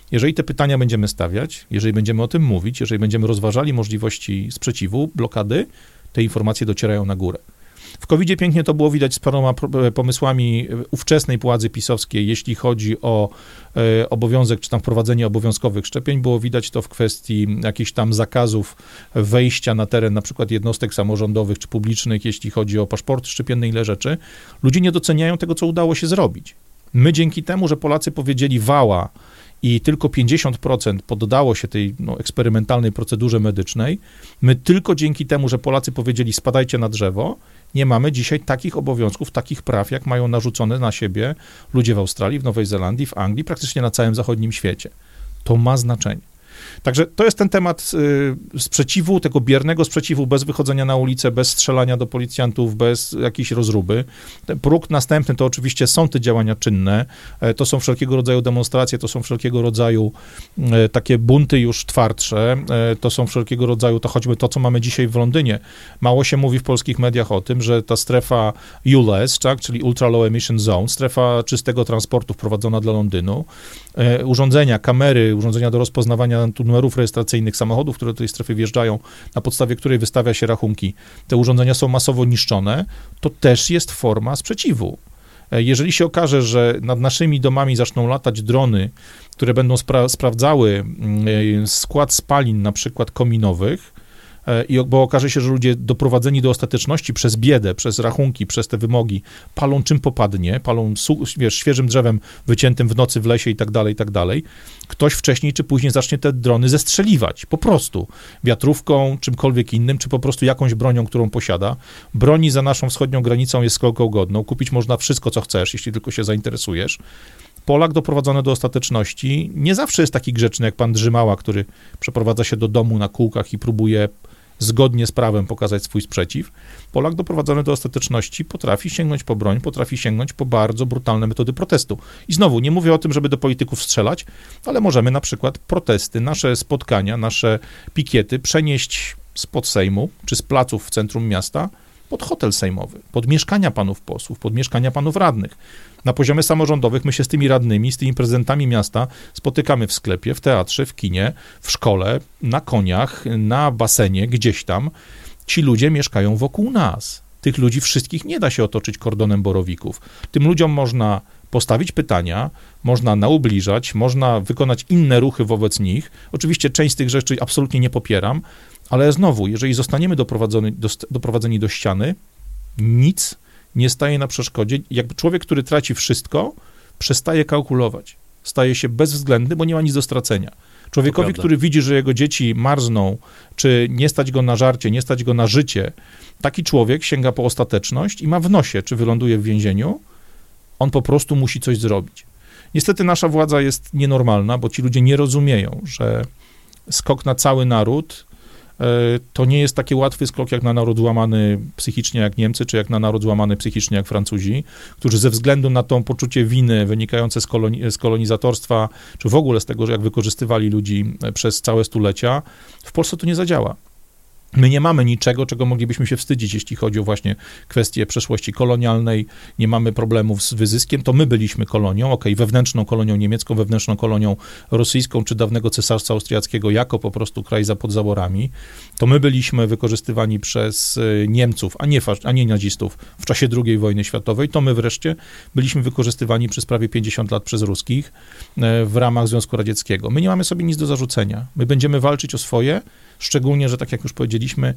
Jeżeli te pytania będziemy stawiać, jeżeli będziemy o tym mówić, jeżeli będziemy rozważali możliwości sprzeciwu, blokady, te informacje docierają na górę. W COVID-zie pięknie to było widać z paroma pomysłami ówczesnej władzy pisowskiej, jeśli chodzi o obowiązek, czy tam wprowadzenie obowiązkowych szczepień. Było widać to w kwestii jakichś tam zakazów wejścia na teren na przykład jednostek samorządowych czy publicznych, jeśli chodzi o paszporty szczepienne, ile rzeczy. Ludzie nie doceniają tego, co udało się zrobić. My dzięki temu, że Polacy powiedzieli wała i tylko 50% poddało się tej eksperymentalnej procedurze medycznej, my tylko dzięki temu, że Polacy powiedzieli spadajcie na drzewo, nie mamy dzisiaj takich obowiązków, takich praw, jak mają narzucone na siebie ludzie w Australii, w Nowej Zelandii, w Anglii, praktycznie na całym zachodnim świecie. To ma znaczenie. Także to jest ten temat sprzeciwu, tego biernego sprzeciwu, bez wychodzenia na ulicę, bez strzelania do policjantów, bez jakiejś rozruby. Ten próg następny to oczywiście są te działania czynne, to są wszelkiego rodzaju demonstracje, to są wszelkiego rodzaju takie bunty już twardsze, to są wszelkiego rodzaju, to choćby to, co mamy dzisiaj w Londynie. Mało się mówi w polskich mediach o tym, że ta strefa ULEZ, tak, czyli Ultra Low Emission Zone, strefa czystego transportu wprowadzona dla Londynu, urządzenia, kamery, urządzenia do rozpoznawania numerów rejestracyjnych samochodów, które do tej strefy wjeżdżają, na podstawie której wystawia się rachunki, te urządzenia są masowo niszczone, to też jest forma sprzeciwu. Jeżeli się okaże, że nad naszymi domami zaczną latać drony, które będą sprawdzały skład spalin, na przykład kominowych, bo okaże się, że ludzie doprowadzeni do ostateczności przez biedę, przez rachunki, przez te wymogi, palą czym popadnie, palą świeżym drzewem wyciętym w nocy w lesie i tak dalej, ktoś wcześniej czy później zacznie te drony zestrzeliwać, po prostu wiatrówką, czymkolwiek innym, czy po prostu jakąś bronią, którą posiada. Broni za naszą wschodnią granicą jest skroką godną, kupić można wszystko, co chcesz, jeśli tylko się zainteresujesz. Polak doprowadzony do ostateczności nie zawsze jest taki grzeczny jak pan Drzymała, który przeprowadza się do domu na kółkach i próbuje zgodnie z prawem pokazać swój sprzeciw. Polak doprowadzony do ostateczności potrafi sięgnąć po broń, potrafi sięgnąć po bardzo brutalne metody protestu. I znowu, nie mówię o tym, żeby do polityków strzelać, ale możemy na przykład protesty, nasze spotkania, nasze pikiety przenieść spod Sejmu, czy z placów w centrum miasta pod hotel sejmowy, pod mieszkania panów posłów, pod mieszkania panów radnych. Na poziomie samorządowych my się z tymi radnymi, z tymi prezydentami miasta spotykamy w sklepie, w teatrze, w kinie, w szkole, na koniach, na basenie, gdzieś tam. Ci ludzie mieszkają wokół nas. Tych ludzi wszystkich nie da się otoczyć kordonem borowików. Tym ludziom można postawić pytania, można naubliżać, można wykonać inne ruchy wobec nich. Oczywiście część z tych rzeczy absolutnie nie popieram, ale znowu, jeżeli zostaniemy doprowadzeni do ściany, nic nie staje na przeszkodzie. Jakby człowiek, który traci wszystko, przestaje kalkulować. Staje się bezwzględny, bo nie ma nic do stracenia. Człowiekowi, który widzi, że jego dzieci marzną, czy nie stać go na żarcie, nie stać go na życie, taki człowiek sięga po ostateczność i ma w nosie, czy wyląduje w więzieniu, on po prostu musi coś zrobić. Niestety nasza władza jest nienormalna, bo ci ludzie nie rozumieją, że skok na cały naród to nie jest taki łatwy skok jak na naród złamany psychicznie jak Niemcy, czy jak na naród złamany psychicznie jak Francuzi, którzy ze względu na to poczucie winy wynikające z kolonizatorstwa, czy w ogóle z tego, że jak wykorzystywali ludzi przez całe stulecia, w Polsce to nie zadziała. My nie mamy niczego, czego moglibyśmy się wstydzić, jeśli chodzi o właśnie kwestię przeszłości kolonialnej, nie mamy problemów z wyzyskiem, to my byliśmy kolonią, wewnętrzną kolonią niemiecką, wewnętrzną kolonią rosyjską, czy dawnego Cesarstwa Austriackiego jako po prostu kraj za pod zaborami, to my byliśmy wykorzystywani przez Niemców, a nie nazistów w czasie II wojny światowej, to my wreszcie byliśmy wykorzystywani przez prawie 50 lat przez ruskich w ramach Związku Radzieckiego. My nie mamy sobie nic do zarzucenia, my będziemy walczyć o swoje, szczególnie, że tak jak już powiedzieliśmy,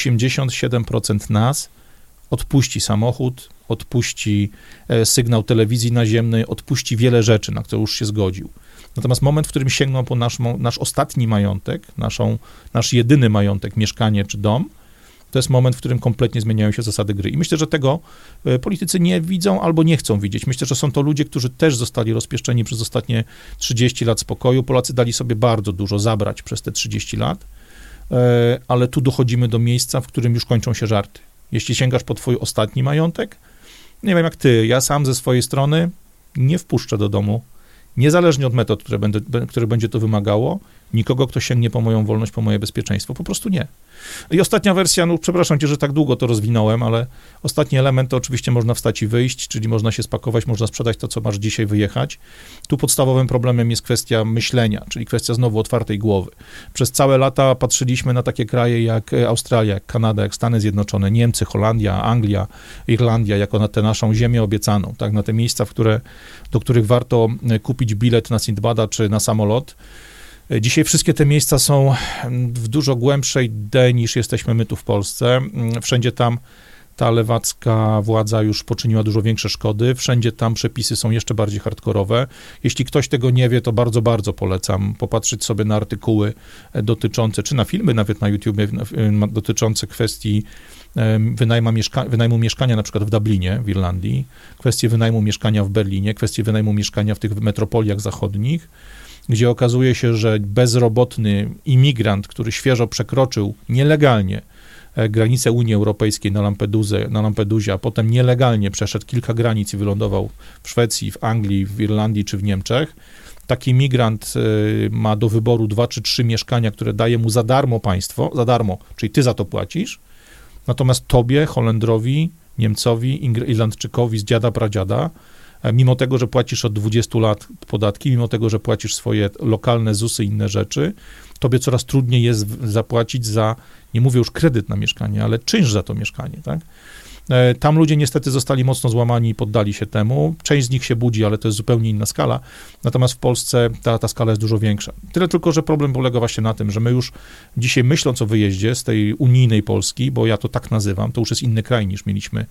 87% nas odpuści samochód, odpuści sygnał telewizji naziemnej, odpuści wiele rzeczy, na które już się zgodził. Natomiast moment, w którym sięgną po nasz ostatni majątek, nasz jedyny majątek, mieszkanie czy dom, to jest moment, w którym kompletnie zmieniają się zasady gry. I myślę, że tego politycy nie widzą albo nie chcą widzieć. Myślę, że są to ludzie, którzy też zostali rozpieszczeni przez ostatnie 30 lat spokoju. Polacy dali sobie bardzo dużo zabrać przez te 30 lat. Ale tu dochodzimy do miejsca, w którym już kończą się żarty. Jeśli sięgasz po twój ostatni majątek, nie wiem jak ty, ja sam ze swojej strony nie wpuszczę do domu, niezależnie od metod, które będzie to wymagało, nikogo, kto sięgnie po moją wolność, po moje bezpieczeństwo. Po prostu nie. I ostatnia wersja, no przepraszam cię, że tak długo to rozwinąłem, ale ostatni element to oczywiście można wstać i wyjść, czyli można się spakować, można sprzedać to, co masz dzisiaj, wyjechać. Tu podstawowym problemem jest kwestia myślenia, czyli kwestia znowu otwartej głowy. Przez całe lata patrzyliśmy na takie kraje jak Australia, jak Kanada, jak Stany Zjednoczone, Niemcy, Holandia, Anglia, Irlandia, jako na tę naszą ziemię obiecaną, tak, na te miejsca, do których warto kupić bilet na Sindbada czy na samolot. Dzisiaj wszystkie te miejsca są w dużo głębszej D niż jesteśmy my tu w Polsce. Wszędzie tam ta lewacka władza już poczyniła dużo większe szkody. Wszędzie tam przepisy są jeszcze bardziej hardkorowe. Jeśli ktoś tego nie wie, to bardzo, bardzo polecam popatrzeć sobie na artykuły dotyczące, czy na filmy nawet na YouTubie, dotyczące kwestii wynajmu mieszkania na przykład w Dublinie, w Irlandii, kwestie wynajmu mieszkania w Berlinie, kwestie wynajmu mieszkania w tych metropoliach zachodnich, gdzie okazuje się, że bezrobotny imigrant, który świeżo przekroczył nielegalnie granicę Unii Europejskiej na Lampedusie, a potem nielegalnie przeszedł kilka granic i wylądował w Szwecji, w Anglii, w Irlandii czy w Niemczech, taki migrant ma do wyboru 2 czy 3 mieszkania, które daje mu za darmo państwo, za darmo, czyli ty za to płacisz, natomiast tobie, Holendrowi, Niemcowi, Irlandczykowi z dziada, pradziada, mimo tego, że płacisz od 20 lat podatki, mimo tego, że płacisz swoje lokalne ZUS-y i inne rzeczy, tobie coraz trudniej jest zapłacić za, nie mówię już kredyt na mieszkanie, ale czynsz za to mieszkanie, tak? Tam ludzie niestety zostali mocno złamani i poddali się temu. Część z nich się budzi, ale to jest zupełnie inna skala. Natomiast w Polsce ta skala jest dużo większa. Tyle tylko, że problem polega właśnie na tym, że my już dzisiaj myśląc o wyjeździe z tej unijnej Polski, bo ja to tak nazywam, to już jest inny kraj niż mieliśmy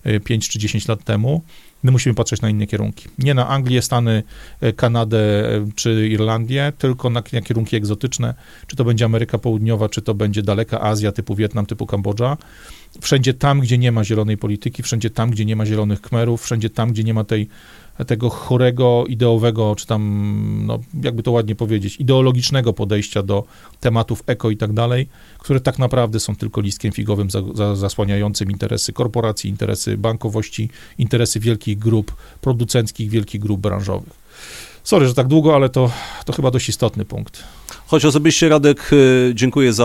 5 czy 10 lat temu, my musimy patrzeć na inne kierunki. Nie na Anglię, Stany, Kanadę czy Irlandię, tylko na kierunki egzotyczne, czy to będzie Ameryka Południowa, czy to będzie daleka Azja, typu Wietnam, typu Kambodża. Wszędzie tam, gdzie nie ma zielonej polityki, wszędzie tam, gdzie nie ma zielonych Khmerów, wszędzie tam, gdzie nie ma tego chorego, ideowego, czy tam, no, jakby to ładnie powiedzieć, ideologicznego podejścia do tematów eko i tak dalej, które tak naprawdę są tylko listkiem figowym zasłaniającym interesy korporacji, interesy bankowości, interesy wielkich grup producenckich, wielkich grup branżowych. Sorry, że tak długo, ale to chyba dość istotny punkt. Choć osobiście, Radek, dziękuję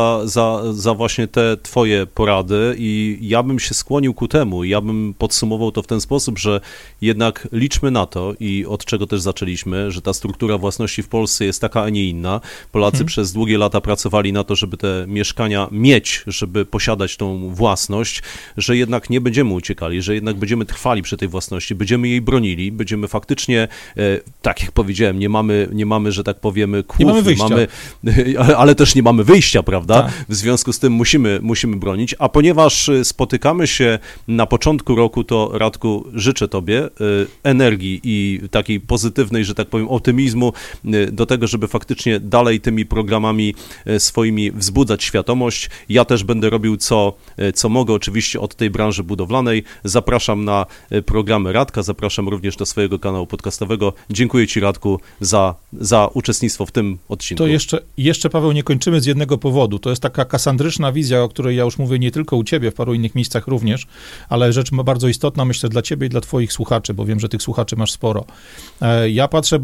za właśnie te twoje porady i ja bym się skłonił ku temu, ja bym podsumował to w ten sposób, że jednak liczmy na to i od czego też zaczęliśmy, że ta struktura własności w Polsce jest taka, a nie inna. Polacy przez długie lata pracowali na to, żeby te mieszkania mieć, żeby posiadać tą własność, że jednak nie będziemy uciekali, że jednak będziemy trwali przy tej własności, będziemy jej bronili, będziemy faktycznie, tak jak powiedziałem, nie mamy, że tak powiemy, kłów, nie mamy wyjścia. Ale też nie mamy wyjścia, prawda? Tak. W związku z tym musimy bronić, a ponieważ spotykamy się na początku roku, to Radku, życzę tobie energii i takiej pozytywnej, że tak powiem, optymizmu do tego, żeby faktycznie dalej tymi programami swoimi wzbudzać świadomość. Ja też będę robił co mogę, oczywiście od tej branży budowlanej. Zapraszam na programy Radka, zapraszam również do swojego kanału podcastowego. Dziękuję ci, Radku, za uczestnictwo w tym odcinku. To jeszcze, Paweł, nie kończymy z jednego powodu. To jest taka kasandryczna wizja, o której ja już mówię nie tylko u ciebie, w paru innych miejscach również, ale rzecz bardzo istotna, myślę, dla ciebie i dla twoich słuchaczy, bo wiem, że tych słuchaczy masz sporo. Ja patrzę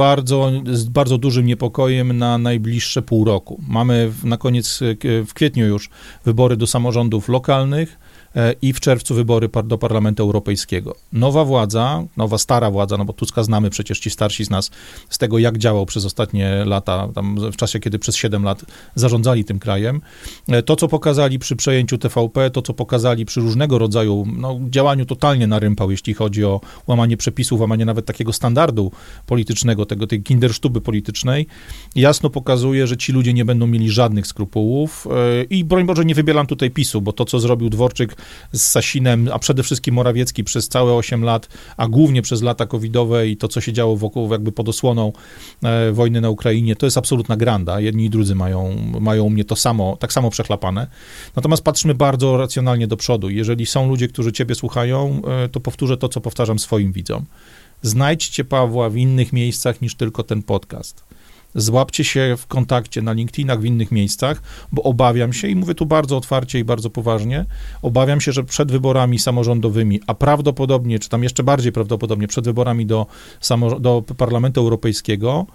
z bardzo dużym niepokojem na najbliższe pół roku. Mamy na koniec, w kwietniu już, wybory do samorządów lokalnych, i w czerwcu wybory do Parlamentu Europejskiego. Nowa władza, stara władza, no bo Tuska znamy przecież ci starsi z nas z tego, jak działał przez ostatnie lata, tam w czasie, kiedy przez 7 lat zarządzali tym krajem. To, co pokazali przy przejęciu TVP, to, co pokazali przy różnego rodzaju działaniu totalnie na rympał, jeśli chodzi o łamanie przepisów, łamanie nawet takiego standardu politycznego, tej kindersztuby politycznej, jasno pokazuje, że ci ludzie nie będą mieli żadnych skrupułów i broń Boże nie wybieram tutaj PiS-u, bo to, co zrobił Dworczyk z Sasinem, a przede wszystkim Morawiecki przez całe 8 lat, a głównie przez lata covidowe i to, co się działo wokół, jakby pod osłoną wojny na Ukrainie, to jest absolutna granda. Jedni i drudzy mają u mnie tak samo przechlapane. Natomiast patrzmy bardzo racjonalnie do przodu. Jeżeli są ludzie, którzy ciebie słuchają, to powtórzę to, co powtarzam swoim widzom. Znajdźcie Pawła w innych miejscach niż tylko ten podcast. Złapcie się w kontakcie na LinkedInach, w innych miejscach, bo obawiam się, i mówię tu bardzo otwarcie i bardzo poważnie, obawiam się, że przed wyborami samorządowymi, a prawdopodobnie, czy tam jeszcze bardziej prawdopodobnie, przed wyborami do Parlamentu Europejskiego,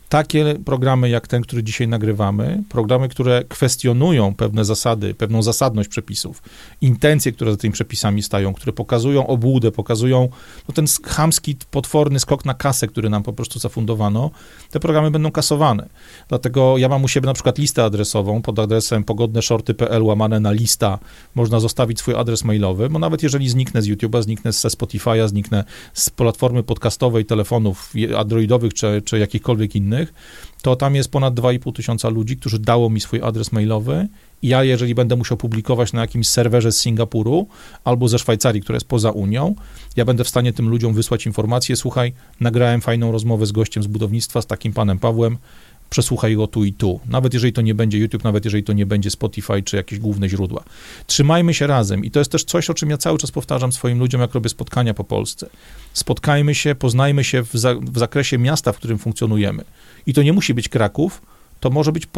takie programy jak ten, który dzisiaj nagrywamy, programy, które kwestionują pewne zasady, pewną zasadność przepisów, intencje, które za tymi przepisami stają, które pokazują obłudę, pokazują ten chamski, potworny skok na kasę, który nam po prostu zafundowano, te programy będą kasowane. Dlatego ja mam u siebie na przykład listę adresową pod adresem pogodneszorty.pl /lista. Można zostawić swój adres mailowy, bo nawet jeżeli zniknę z YouTube'a, zniknę ze Spotify'a, zniknę z platformy podcastowej, telefonów androidowych czy jakichkolwiek innych, to tam jest ponad 2,5 tysiąca ludzi, którzy dało mi swój adres mailowy i ja, jeżeli będę musiał publikować na jakimś serwerze z Singapuru albo ze Szwajcarii, która jest poza Unią, ja będę w stanie tym ludziom wysłać informację: słuchaj, nagrałem fajną rozmowę z gościem z budownictwa, z takim panem Pawłem, przesłuchaj go tu i tu. Nawet jeżeli to nie będzie YouTube, nawet jeżeli to nie będzie Spotify czy jakieś główne źródła. Trzymajmy się razem i to jest też coś, o czym ja cały czas powtarzam swoim ludziom, jak robię spotkania po Polsce. Spotkajmy się, poznajmy się w zakresie miasta, w którym funkcjonujemy. I to nie musi być Kraków, to może być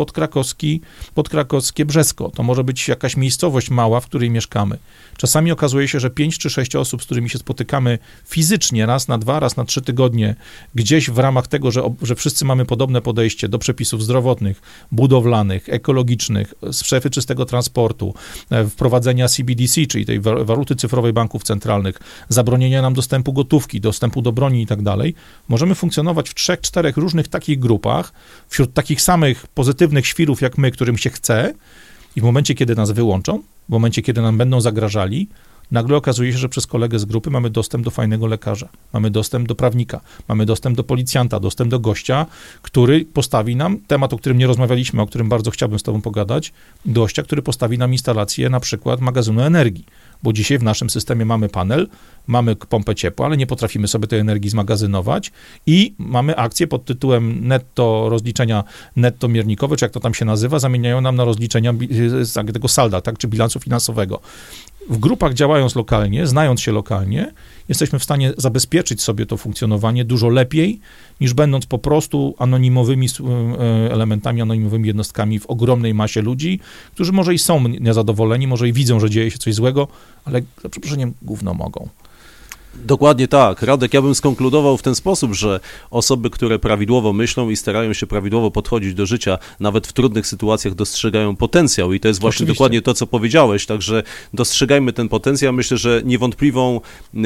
podkrakowskie Brzesko, to może być jakaś miejscowość mała, w której mieszkamy. Czasami okazuje się, że 5 czy 6 osób, z którymi się spotykamy fizycznie raz na 2, raz na 3 tygodnie, gdzieś w ramach tego, że wszyscy mamy podobne podejście do przepisów zdrowotnych, budowlanych, ekologicznych, strefy czystego transportu, wprowadzenia CBDC, czyli tej waluty cyfrowej banków centralnych, zabronienia nam dostępu gotówki, dostępu do broni i tak dalej, możemy funkcjonować w 3-4 różnych takich grupach, wśród takich samych pozytywnych świrów jak my, którym się chce, i w momencie, kiedy nas wyłączą, w momencie, kiedy nam będą zagrażali, nagle okazuje się, że przez kolegę z grupy mamy dostęp do fajnego lekarza, mamy dostęp do prawnika, mamy dostęp do policjanta, dostęp do gościa, który postawi nam, temat, o którym nie rozmawialiśmy, o którym bardzo chciałbym z tobą pogadać, gościa, który postawi nam instalację na przykład magazynu energii, bo dzisiaj w naszym systemie mamy panel, mamy pompę ciepła, ale nie potrafimy sobie tej energii zmagazynować i mamy akcję pod tytułem netto rozliczenia, netto miernikowe, czy jak to tam się nazywa, zamieniają nam na rozliczenia tego salda, tak, czy bilansu finansowego. W grupach działając lokalnie, znając się lokalnie, jesteśmy w stanie zabezpieczyć sobie to funkcjonowanie dużo lepiej, niż będąc po prostu anonimowymi elementami, anonimowymi jednostkami w ogromnej masie ludzi, którzy może i są niezadowoleni, może i widzą, że dzieje się coś złego, ale za przeproszeniem gówno mogą. Dokładnie tak. Radek, ja bym skonkludował w ten sposób, że osoby, które prawidłowo myślą i starają się prawidłowo podchodzić do życia, nawet w trudnych sytuacjach dostrzegają potencjał i to jest właśnie dokładnie to, co powiedziałeś, także dostrzegajmy ten potencjał. Myślę, że niewątpliwą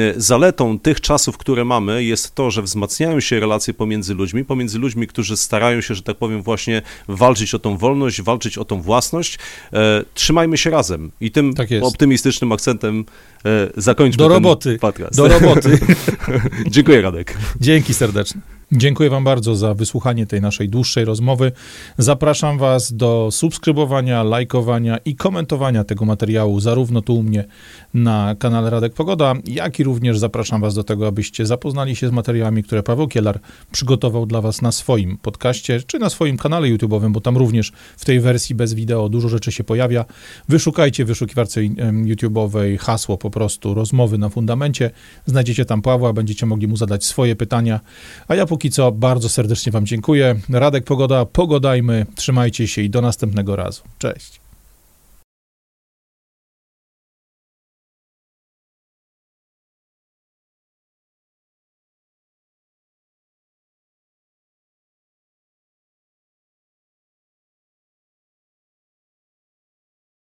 zaletą tych czasów, które mamy, jest to, że wzmacniają się relacje pomiędzy ludźmi, którzy starają się, że tak powiem, właśnie walczyć o tą wolność, walczyć o tą własność. Trzymajmy się razem i tym optymistycznym akcentem zakończmy ten podcast. Do roboty. Dziękuję, Radek. Dzięki serdecznie. Dziękuję wam bardzo za wysłuchanie tej naszej dłuższej rozmowy. Zapraszam was do subskrybowania, lajkowania i komentowania tego materiału, zarówno tu u mnie na kanale Radek Pogoda, jak i również zapraszam was do tego, abyście zapoznali się z materiałami, które Paweł Kielar przygotował dla was na swoim podcaście, czy na swoim kanale YouTube'owym, bo tam również w tej wersji bez wideo dużo rzeczy się pojawia. Wyszukajcie w wyszukiwarce YouTube'owej hasło po prostu rozmowy na fundamencie. Znajdziecie tam Pawła, będziecie mogli mu zadać swoje pytania, a ja póki co bardzo serdecznie wam dziękuję. Radek Pogoda, pogodajmy, trzymajcie się i do następnego razu. Cześć.